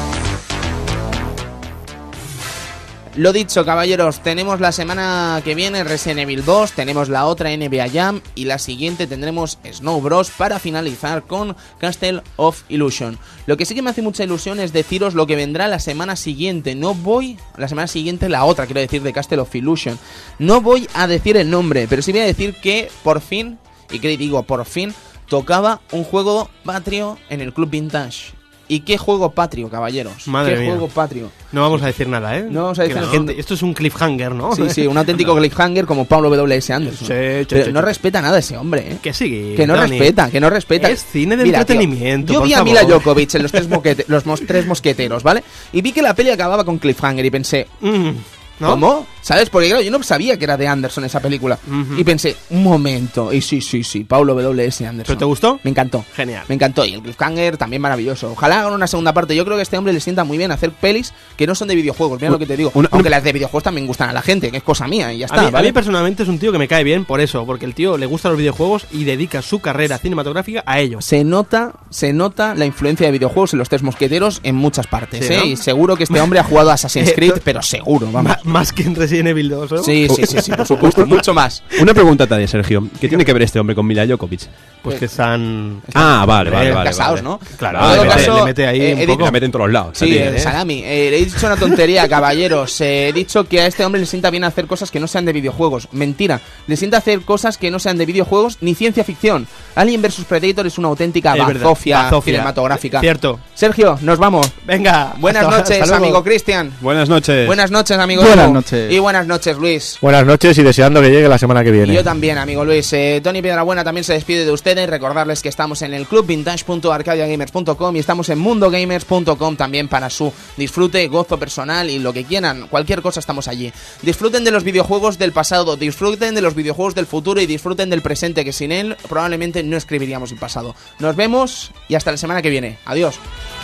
Lo dicho, caballeros, tenemos la semana que viene Resident Evil 2, tenemos la otra NBA Jam y la siguiente tendremos Snow Bros. Para finalizar con Castle of Illusion. Lo que sí que me hace mucha ilusión es deciros lo que vendrá la semana siguiente. La semana siguiente la otra, quiero decir, de Castle of Illusion. No voy a decir el nombre, pero sí voy a decir que por fin, y que digo por fin, tocaba un juego patrio en el Club Vintage. ¿Y qué juego patrio, caballeros? Madre ¿Qué mía. juego patrio? No vamos a decir nada, ¿eh? No vamos a decir Que la nada. gente... Esto es un cliffhanger, ¿no? Sí, sí, un auténtico cliffhanger como Pablo W.S. Anderson. Sí, Pero sí, no sí. respeta nada ese hombre, ¿eh? Que sí, Que no Dani. respeta. Es cine de Mira, tío, entretenimiento, yo por vi a favor. Mila Djokovic en los tres mosqueteros, ¿vale? Y vi que la peli acababa con cliffhanger y pensé, ¿No? ¿cómo? ¿Sabes? Porque claro, yo no sabía que era de Anderson esa película. Ujú. Y pensé, un momento. Y sí, Pablo W.S. Anderson. ¿Pero te gustó? Me encantó. Genial. Me encantó. Y el cliffhanger también maravilloso. Ojalá hagan una segunda parte. Yo creo que a este hombre le sienta muy bien hacer pelis que no son de videojuegos. Mira lo que te digo. Aunque las de videojuegos también gustan a la gente, que es cosa mía y ya está. A mí ¿vale? personalmente es un tío que me cae bien por eso, porque el tío le gustan los videojuegos y dedica su carrera cinematográfica a ellos. Se nota la influencia de videojuegos en los tres mosqueteros en muchas partes, Sí, ¿eh? ¿no? Y seguro que este hombre ha jugado a Assassin's Creed, pero seguro, vamos. Más que en Resident Evil 2, ¿no? Sí, por supuesto, mucho más. Una pregunta también, Sergio. ¿Qué tiene que ver este hombre con Mila Djokovic? Pues que están... Ah, vale. Casados, ¿no? Claro, En todo le caso, mete ahí he un dicho- poco. La mete en todos los lados. Sí, también, el salami. Le he dicho una tontería, caballeros. He dicho que a este hombre le sienta bien hacer cosas que no sean de videojuegos. Mentira. Le sienta hacer cosas que no sean de videojuegos ni ciencia ficción. Alien vs Predator es una auténtica Es verdad, bazofia bazofia. cinematográfica. Cierto. Sergio, nos vamos. Venga. Buenas hasta noches, luego. amigo Cristian. Buenas noches. Buenas noches, amigo Buenas Edu. noches. Y buenas noches, Luis. Buenas noches y deseando que llegue la semana que Y viene. yo también, amigo Luis. Tony Piedrabuena también se despide de ustedes. Recordarles que estamos en el clubvintage.arcadiagamers.com y estamos en mundogamers.com también para su disfrute, gozo personal y lo que quieran. Cualquier cosa estamos allí. Disfruten de los videojuegos del pasado, disfruten de los videojuegos del futuro y disfruten del presente, que sin él probablemente no escribiríamos el pasado. Nos vemos y hasta la semana que viene. Adiós.